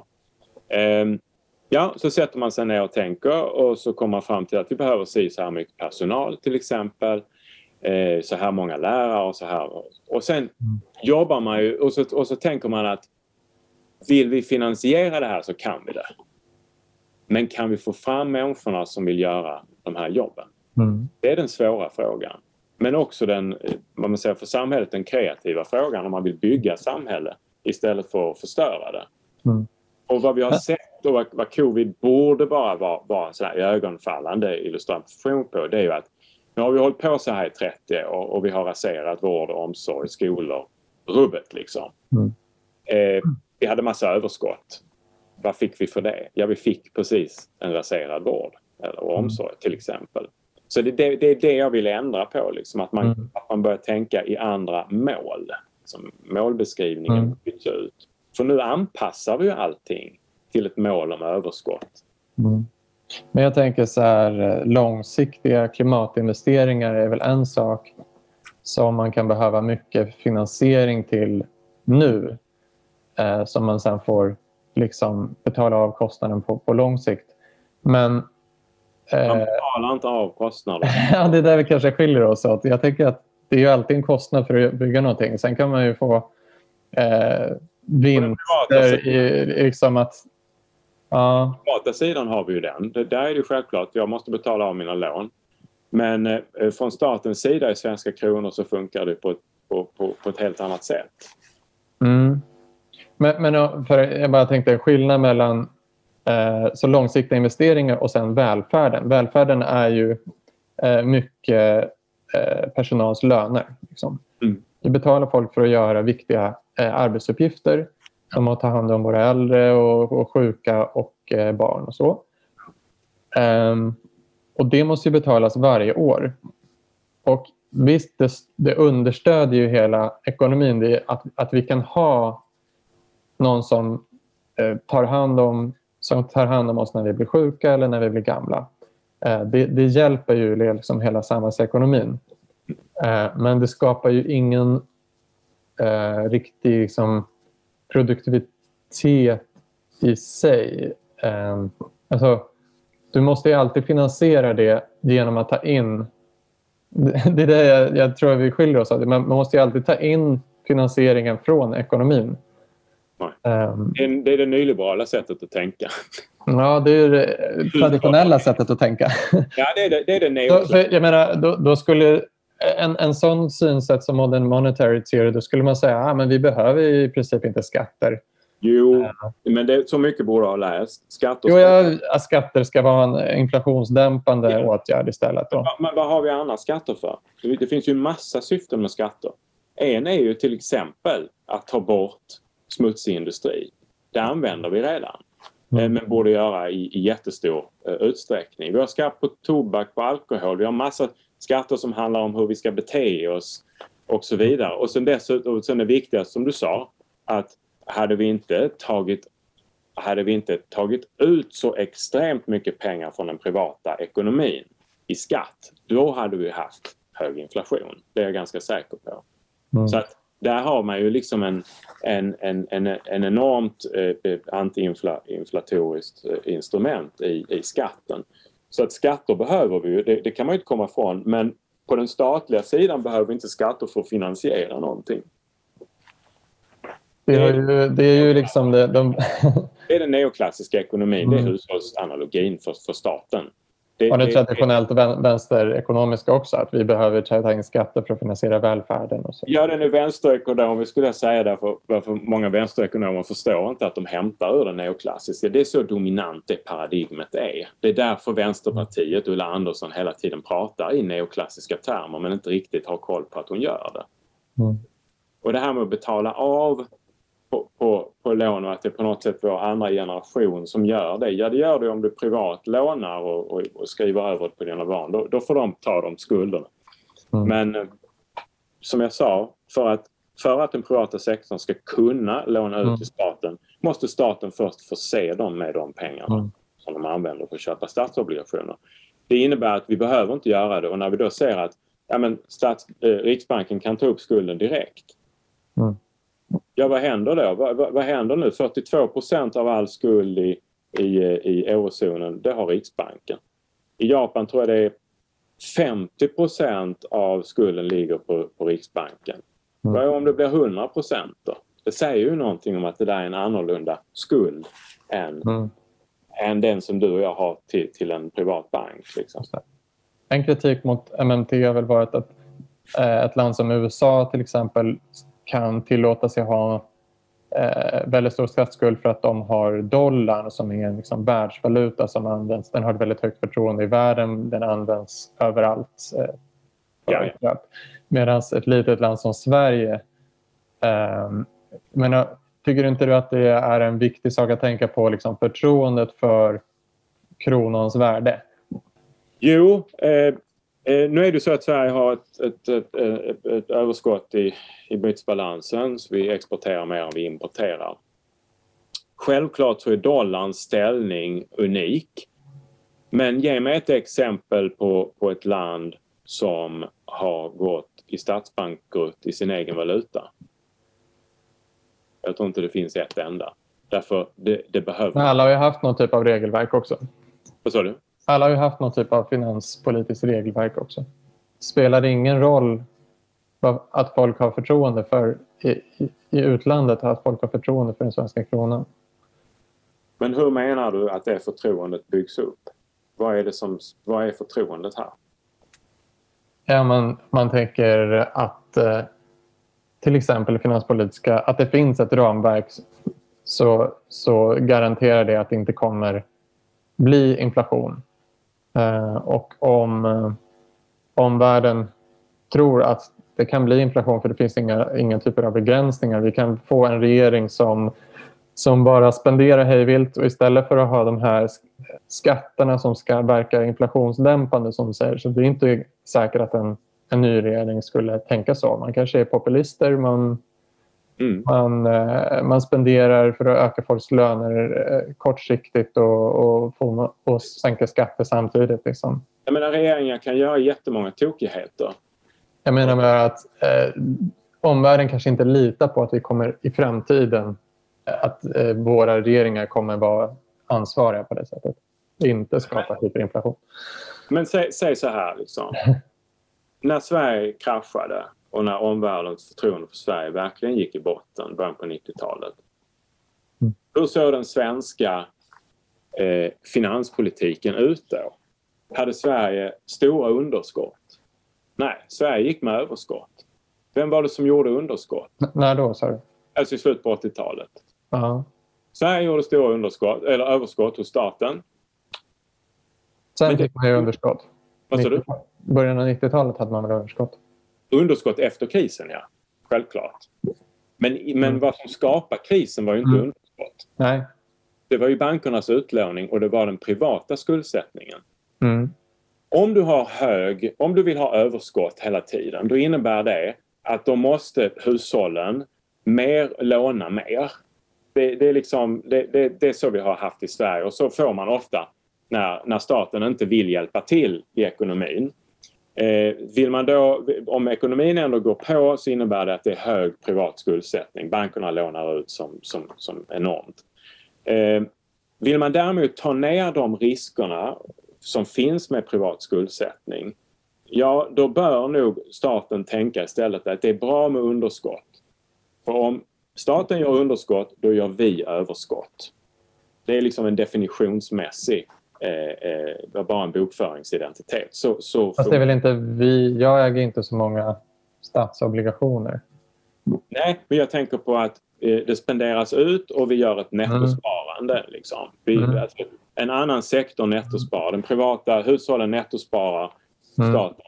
Så sätter man sig ner och tänker och så kommer man fram till att vi behöver så här mycket personal till exempel. Så här många lärare och så här. Och sen jobbar man ju och så tänker man att vill vi finansiera det här så kan vi det. Men kan vi få fram människorna som vill göra de här jobben? Det är den svåra frågan. Men också den, vad man säger, för samhället den kreativa frågan om man vill bygga samhälle istället för att förstöra det. Och vad vi har sett och vad covid borde bara vara en sån här ögonfallande illustration på, det är ju att nu har vi hållit på så här i 30 år och vi har raserat vård och omsorg, skolor, rubbet liksom. Vi hade massa överskott. Vad fick vi för det? Ja, vi fick precis en raserad vård eller omsorg till exempel. Så det är det jag vill ändra på, liksom, att man börjar tänka i andra mål. Som målbeskrivningen byts ut. För nu anpassar vi ju allting till ett mål om överskott. Men jag tänker så här, långsiktiga klimatinvesteringar är väl en sak som man kan behöva mycket finansiering till nu. Som man sen får liksom betala av kostnaden på lång sikt. Men man betalar inte av kostnader. Ja, det är där vi kanske skiljer oss åt. Jag tänker att det är ju alltid en kostnad för att bygga någonting. Sen kan man ju få vinster i liksom att... På privata sidan har vi ju den. Där är det självklart. Jag måste betala av mina lån. Men från statens sida i svenska kronor så funkar det på ett helt annat sätt. Men för jag bara tänkte skillnad mellan så långsiktiga investeringar och sen välfärden. Välfärden är ju mycket personals löner. Liksom. Vi betalar folk för att göra viktiga arbetsuppgifter som att ta hand om våra äldre och sjuka och barn och så. Och det måste ju betalas varje år. Och visst, det understödjer ju hela ekonomin. Det är att vi kan ha någon som tar hand om oss när vi blir sjuka eller när vi blir gamla. Det hjälper ju liksom hela samhällsekonomin. Men det skapar ju ingen riktig liksom, produktivitet i sig. Alltså, du måste ju alltid finansiera det genom att ta in... Det är det jag tror vi skiljer oss åt. Man måste ju alltid ta in finansieringen från ekonomin. Det är det nyliberala sättet att tänka. Ja, det är det traditionella sättet att tänka. Ja, det är det neoliberala. Jag menar, då skulle en sån synsätt som Modern Monetary Theory, då skulle man säga att men vi behöver i princip inte skatter. Jo, men det, så mycket borde ha läst. Skatter ska vara en inflationsdämpande åtgärd istället. Då. Men vad har vi annars skatter för? Det finns ju en massa syften med skatter. En är ju till exempel att ta bort smutsig industri. Det använder vi redan. Men borde göra i jättestor utsträckning. Vi har skatt på tobak, på alkohol. Vi har massa skatter som handlar om hur vi ska bete oss och så vidare. Och sen det viktigaste som du sa, att hade vi inte tagit ut så extremt mycket pengar från den privata ekonomin i skatt, då hade vi haft hög inflation. Det är jag ganska säker på. Så att där har man ju liksom en enormt antiinflatoriskt instrument i skatten. Så att skatter behöver vi ju, det kan man ju inte komma ifrån, men på den statliga sidan behöver vi inte skatter för att finansiera någonting. Det är ju liksom det är den neoklassiska ekonomin, det är hushållsanalogin för staten. Och det traditionellt vänsterekonomiska också, att vi behöver ta in skatter för att finansiera välfärden. Och så. Ja, den är vänsterekonomisk skulle jag säga, därför många vänsterekonomer förstår inte att de hämtar ur den neoklassiska. Det är så dominant det paradigmet är. Det är därför Vänsterpartiet, Ulla Andersson, hela tiden pratar i neoklassiska termer men inte riktigt har koll på att hon gör det. Och det här med att betala av på lån och att det på något sätt vår andra generation som gör det. Ja, det gör det om du privat lånar och skriver över på dina barn. Då får de ta de skulderna. Men som jag sa, för att den privata sektorn ska kunna låna ut till staten måste staten först förse dem med de pengarna som de använder för att köpa statsobligationer. Det innebär att vi behöver inte göra det, och när vi då ser att Riksbanken kan ta upp skulden direkt. Ja, vad händer då? Vad händer nu? 42% av all skuld i eurozonen, det har Riksbanken. I Japan tror jag det är 50% av skulden ligger på Riksbanken. Vad om det blir 100% då? Det säger ju någonting om att det där är en annorlunda skuld än den som du och jag har till en privat bank. Liksom. En kritik mot MMT har väl varit att ett land som USA till exempel kan tillåta sig ha väldigt stor statsskuld för att de har dollarn som är en liksom världsvaluta som används. Den har ett väldigt högt förtroende i världen. Den används överallt. Medan ett litet land som Sverige... tycker inte du att det är en viktig sak att tänka på, liksom, förtroendet för kronans värde? Jo, nu är det så att Sverige har ett överskott i bytesbalansen, så vi exporterar mer än vi importerar. Självklart så är dollarns ställning unik. Men ge mig ett exempel på ett land som har gått i statsbankrutt i sin egen valuta. Jag tror inte det finns ett enda. Därför det behöver... Men alla har ju haft någon typ av regelverk också. Vad sa du? Alla har ju haft någon typ av finanspolitiskt regelverk också. Spelar det ingen roll att folk har förtroende för i utlandet, att folk har förtroende för den svenska kronan? Men hur menar du att det förtroendet byggs upp? Vad är förtroendet här? Ja, man tänker att till exempel finanspolitiska, att det finns ett ramverk så garanterar det att det inte kommer bli inflation. Och om världen tror att det kan bli inflation för det finns inga typer av begränsningar. Vi kan få en regering som bara spenderar hejvilt, och istället för att ha de här skatterna som ska verka inflationsdämpande som du säger, så det är inte säkert att en ny regering skulle tänka så. Man kanske är populister, man spenderar för att öka folks löner kortsiktigt och sänka skatter samtidigt. Liksom. Jag menar, regeringar kan göra jättemånga tokigheter. Jag menar med att omvärlden kanske inte litar på att vi kommer i framtiden, att våra regeringar kommer vara ansvariga på det sättet. Inte skapa hyperinflation. Men säg så här liksom. När Sverige kraschade och när omvärldens förtroende för Sverige verkligen gick i botten början på 90-talet. Hur såg den svenska finanspolitiken ut då? Hade Sverige stora underskott? Nej, Sverige gick med överskott. Vem var det som gjorde underskott? När då, sa du? Alltså i slutet på 80-talet. Uh-huh. Sverige gjorde stora underskott, eller överskott hos staten. Sen fick man ju underskott. Vad sa du? Början av 90-talet hade man väl överskott. Underskott efter krisen, ja. Självklart. Men vad som skapade krisen var ju inte underskott. Nej. Det var ju bankernas utlåning och det var den privata skuldsättningen. Om du vill ha överskott hela tiden, då innebär det att då måste hushållen låna mer. Det är så vi har haft i Sverige, och så får man ofta när staten inte vill hjälpa till i ekonomin. Vill man då, om ekonomin ändå går på, så innebär det att det är hög privat skuldsättning. Bankerna lånar ut som enormt. Vill man däremot ta ner de riskerna som finns med privat skuldsättning, ja, då bör nog staten tänka istället att det är bra med underskott. För om staten gör underskott, då gör vi överskott. Det är liksom en definitionsmässig bara en bokföringsidentitet. Fast det är väl inte jag äger inte så många statsobligationer. Nej, men jag tänker på att det spenderas ut och vi gör ett nettosparande. Liksom. Alltså, en annan sektor nettosparar. Den privata hushållen nettosparar. Staten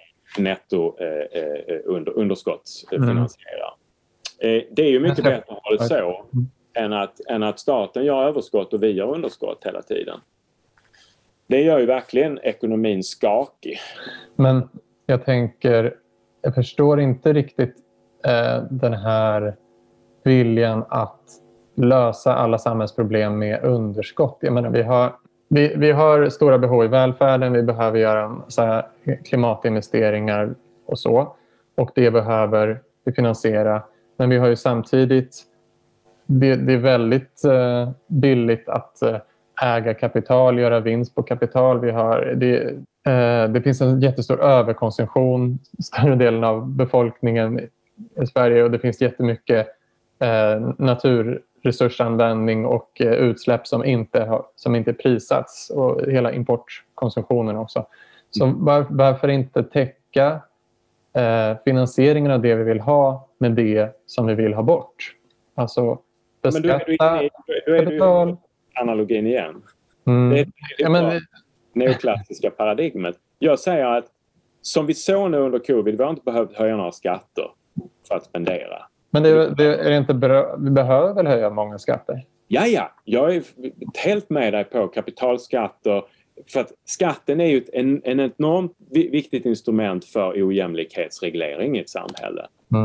underskottsfinansierar. Det är ju mycket bättre att ha det så än att staten gör överskott och vi gör underskott hela tiden. Det gör ju verkligen ekonomin skakig. Men jag förstår inte riktigt den här viljan att lösa alla samhällsproblem med underskott. Jag menar, vi har stora behov i välfärden, vi behöver göra så här klimatinvesteringar och så. Och det behöver vi finansiera. Men vi har ju samtidigt, det är väldigt billigt att äga kapital, göra vinst på kapital. Det finns en jättestor överkonsumtion, större delen av befolkningen i Sverige, och det finns jättemycket naturresursanvändning och utsläpp som inte prisats, och hela importkonsumtionen också. Så varför inte täcka finansieringen av det vi vill ha med det som vi vill ha bort? Alltså beskatta kapital. Analogin igen. Det är neoklassiska paradigmet. Jag säger att som vi såg nu under covid, vi har inte behövt höja några skatter för att spendera. Men det är inte bra. Vi behöver väl höja många skatter? Ja. Jag är helt med dig på kapitalskatter. För att skatten är ju en enormt viktigt instrument för ojämlikhetsreglering i ett samhälle.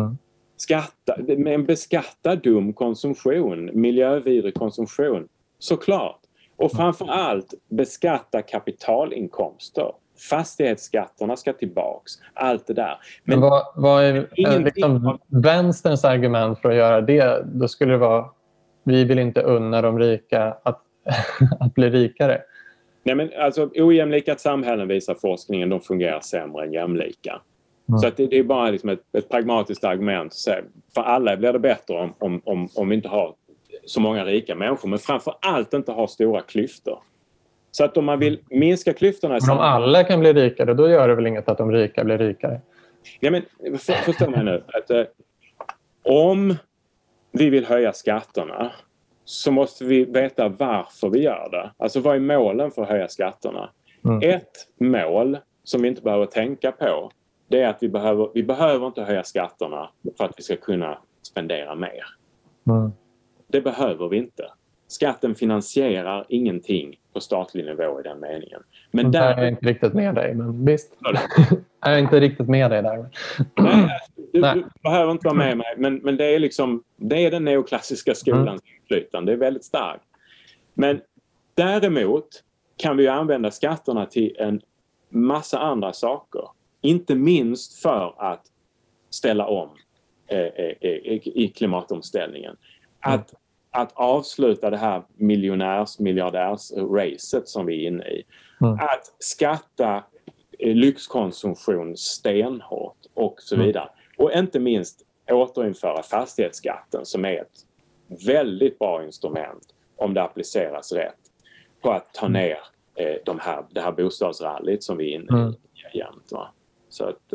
Beskatta dum konsumtion, miljövidrig konsumtion, såklart. Och framförallt beskatta kapitalinkomster. Fastighetsskatterna ska tillbaks. Allt det där. Men vad är liksom vänsterns argument för att göra det? Då skulle det vara, vi vill inte unna de rika att bli rikare. Nej, men alltså ojämlika samhällen, visar forskningen, de fungerar sämre än jämlika. Så att det är bara liksom ett pragmatiskt argument. För alla blir det bättre om vi inte har så många rika människor, men framför allt inte har stora klyftor. Så att om man vill minska klyftorna... Men om alla kan bli rikare, då gör det väl inget att de rika blir rikare? Ja, men förstå mig nu. Att, om vi vill höja skatterna så måste vi veta varför vi gör det. Alltså vad är målen för att höja skatterna? Ett mål som vi inte behöver tänka på, det är att vi behöver inte höja skatterna för att vi ska kunna spendera mer. Det behöver vi inte. Skatten finansierar ingenting på statlig nivå i den meningen. Men där är jag inte riktigt med dig, men visst. Jag är inte riktigt med dig där. Nej, du behöver inte vara med mig, men det är liksom, det är den neoklassiska skolans inflytande. Det är väldigt starkt. Men däremot kan vi använda skatterna till en massa andra saker. Inte minst för att ställa om i klimatomställningen. Att avsluta det här miljardärs-racet som vi är inne i. Att skatta lyxkonsumtion stenhårt och så vidare. Och inte minst återinföra fastighetsskatten som är ett väldigt bra instrument om det appliceras rätt på att ta ner det här bostadsrallyt som vi är inne i jämt. Va? Så att...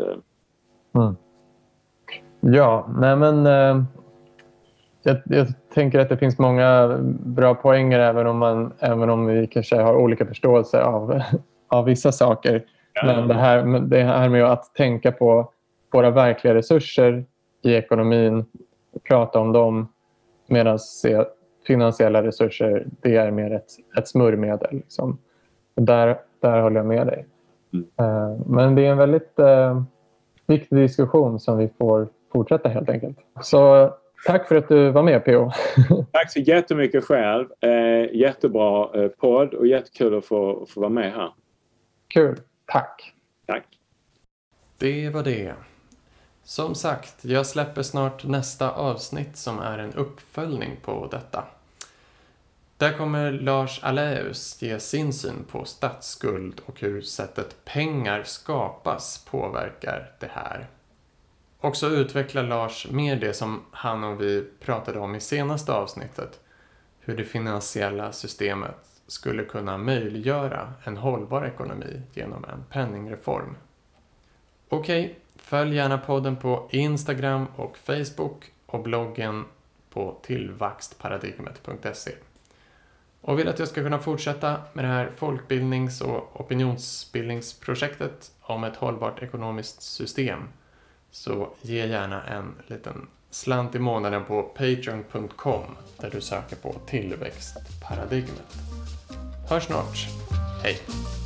Ja, nej men... Jag tänker att det finns många bra poänger även om vi kanske har olika förståelse av vissa saker. Men det här med att tänka på våra verkliga resurser i ekonomin, prata om dem, medan finansiella resurser, det är mer ett smörjmedel. Liksom. Där håller jag med dig. Men det är en väldigt viktig diskussion som vi får fortsätta helt enkelt. Så tack för att du var med, P.O. Tack så jättemycket själv. Jättebra podd och jättekul att få vara med här. Kul. Tack. Tack. Det var det. Som sagt, jag släpper snart nästa avsnitt som är en uppföljning på detta. Där kommer Lars Aléus ge sin syn på statsskuld och hur sättet pengar skapas påverkar det här. Också utvecklar Lars mer det som han och vi pratade om i senaste avsnittet. Hur det finansiella systemet skulle kunna möjliggöra en hållbar ekonomi genom en penningreform. Okej, följ gärna podden på Instagram och Facebook och bloggen på tillväxtparadigmet.se. Och vill att jag ska kunna fortsätta med det här folkbildnings- och opinionsbildningsprojektet om ett hållbart ekonomiskt system, så ge gärna en liten slant i månaden på patreon.com där du söker på tillväxtparadigmet. Hörs snart. Hej!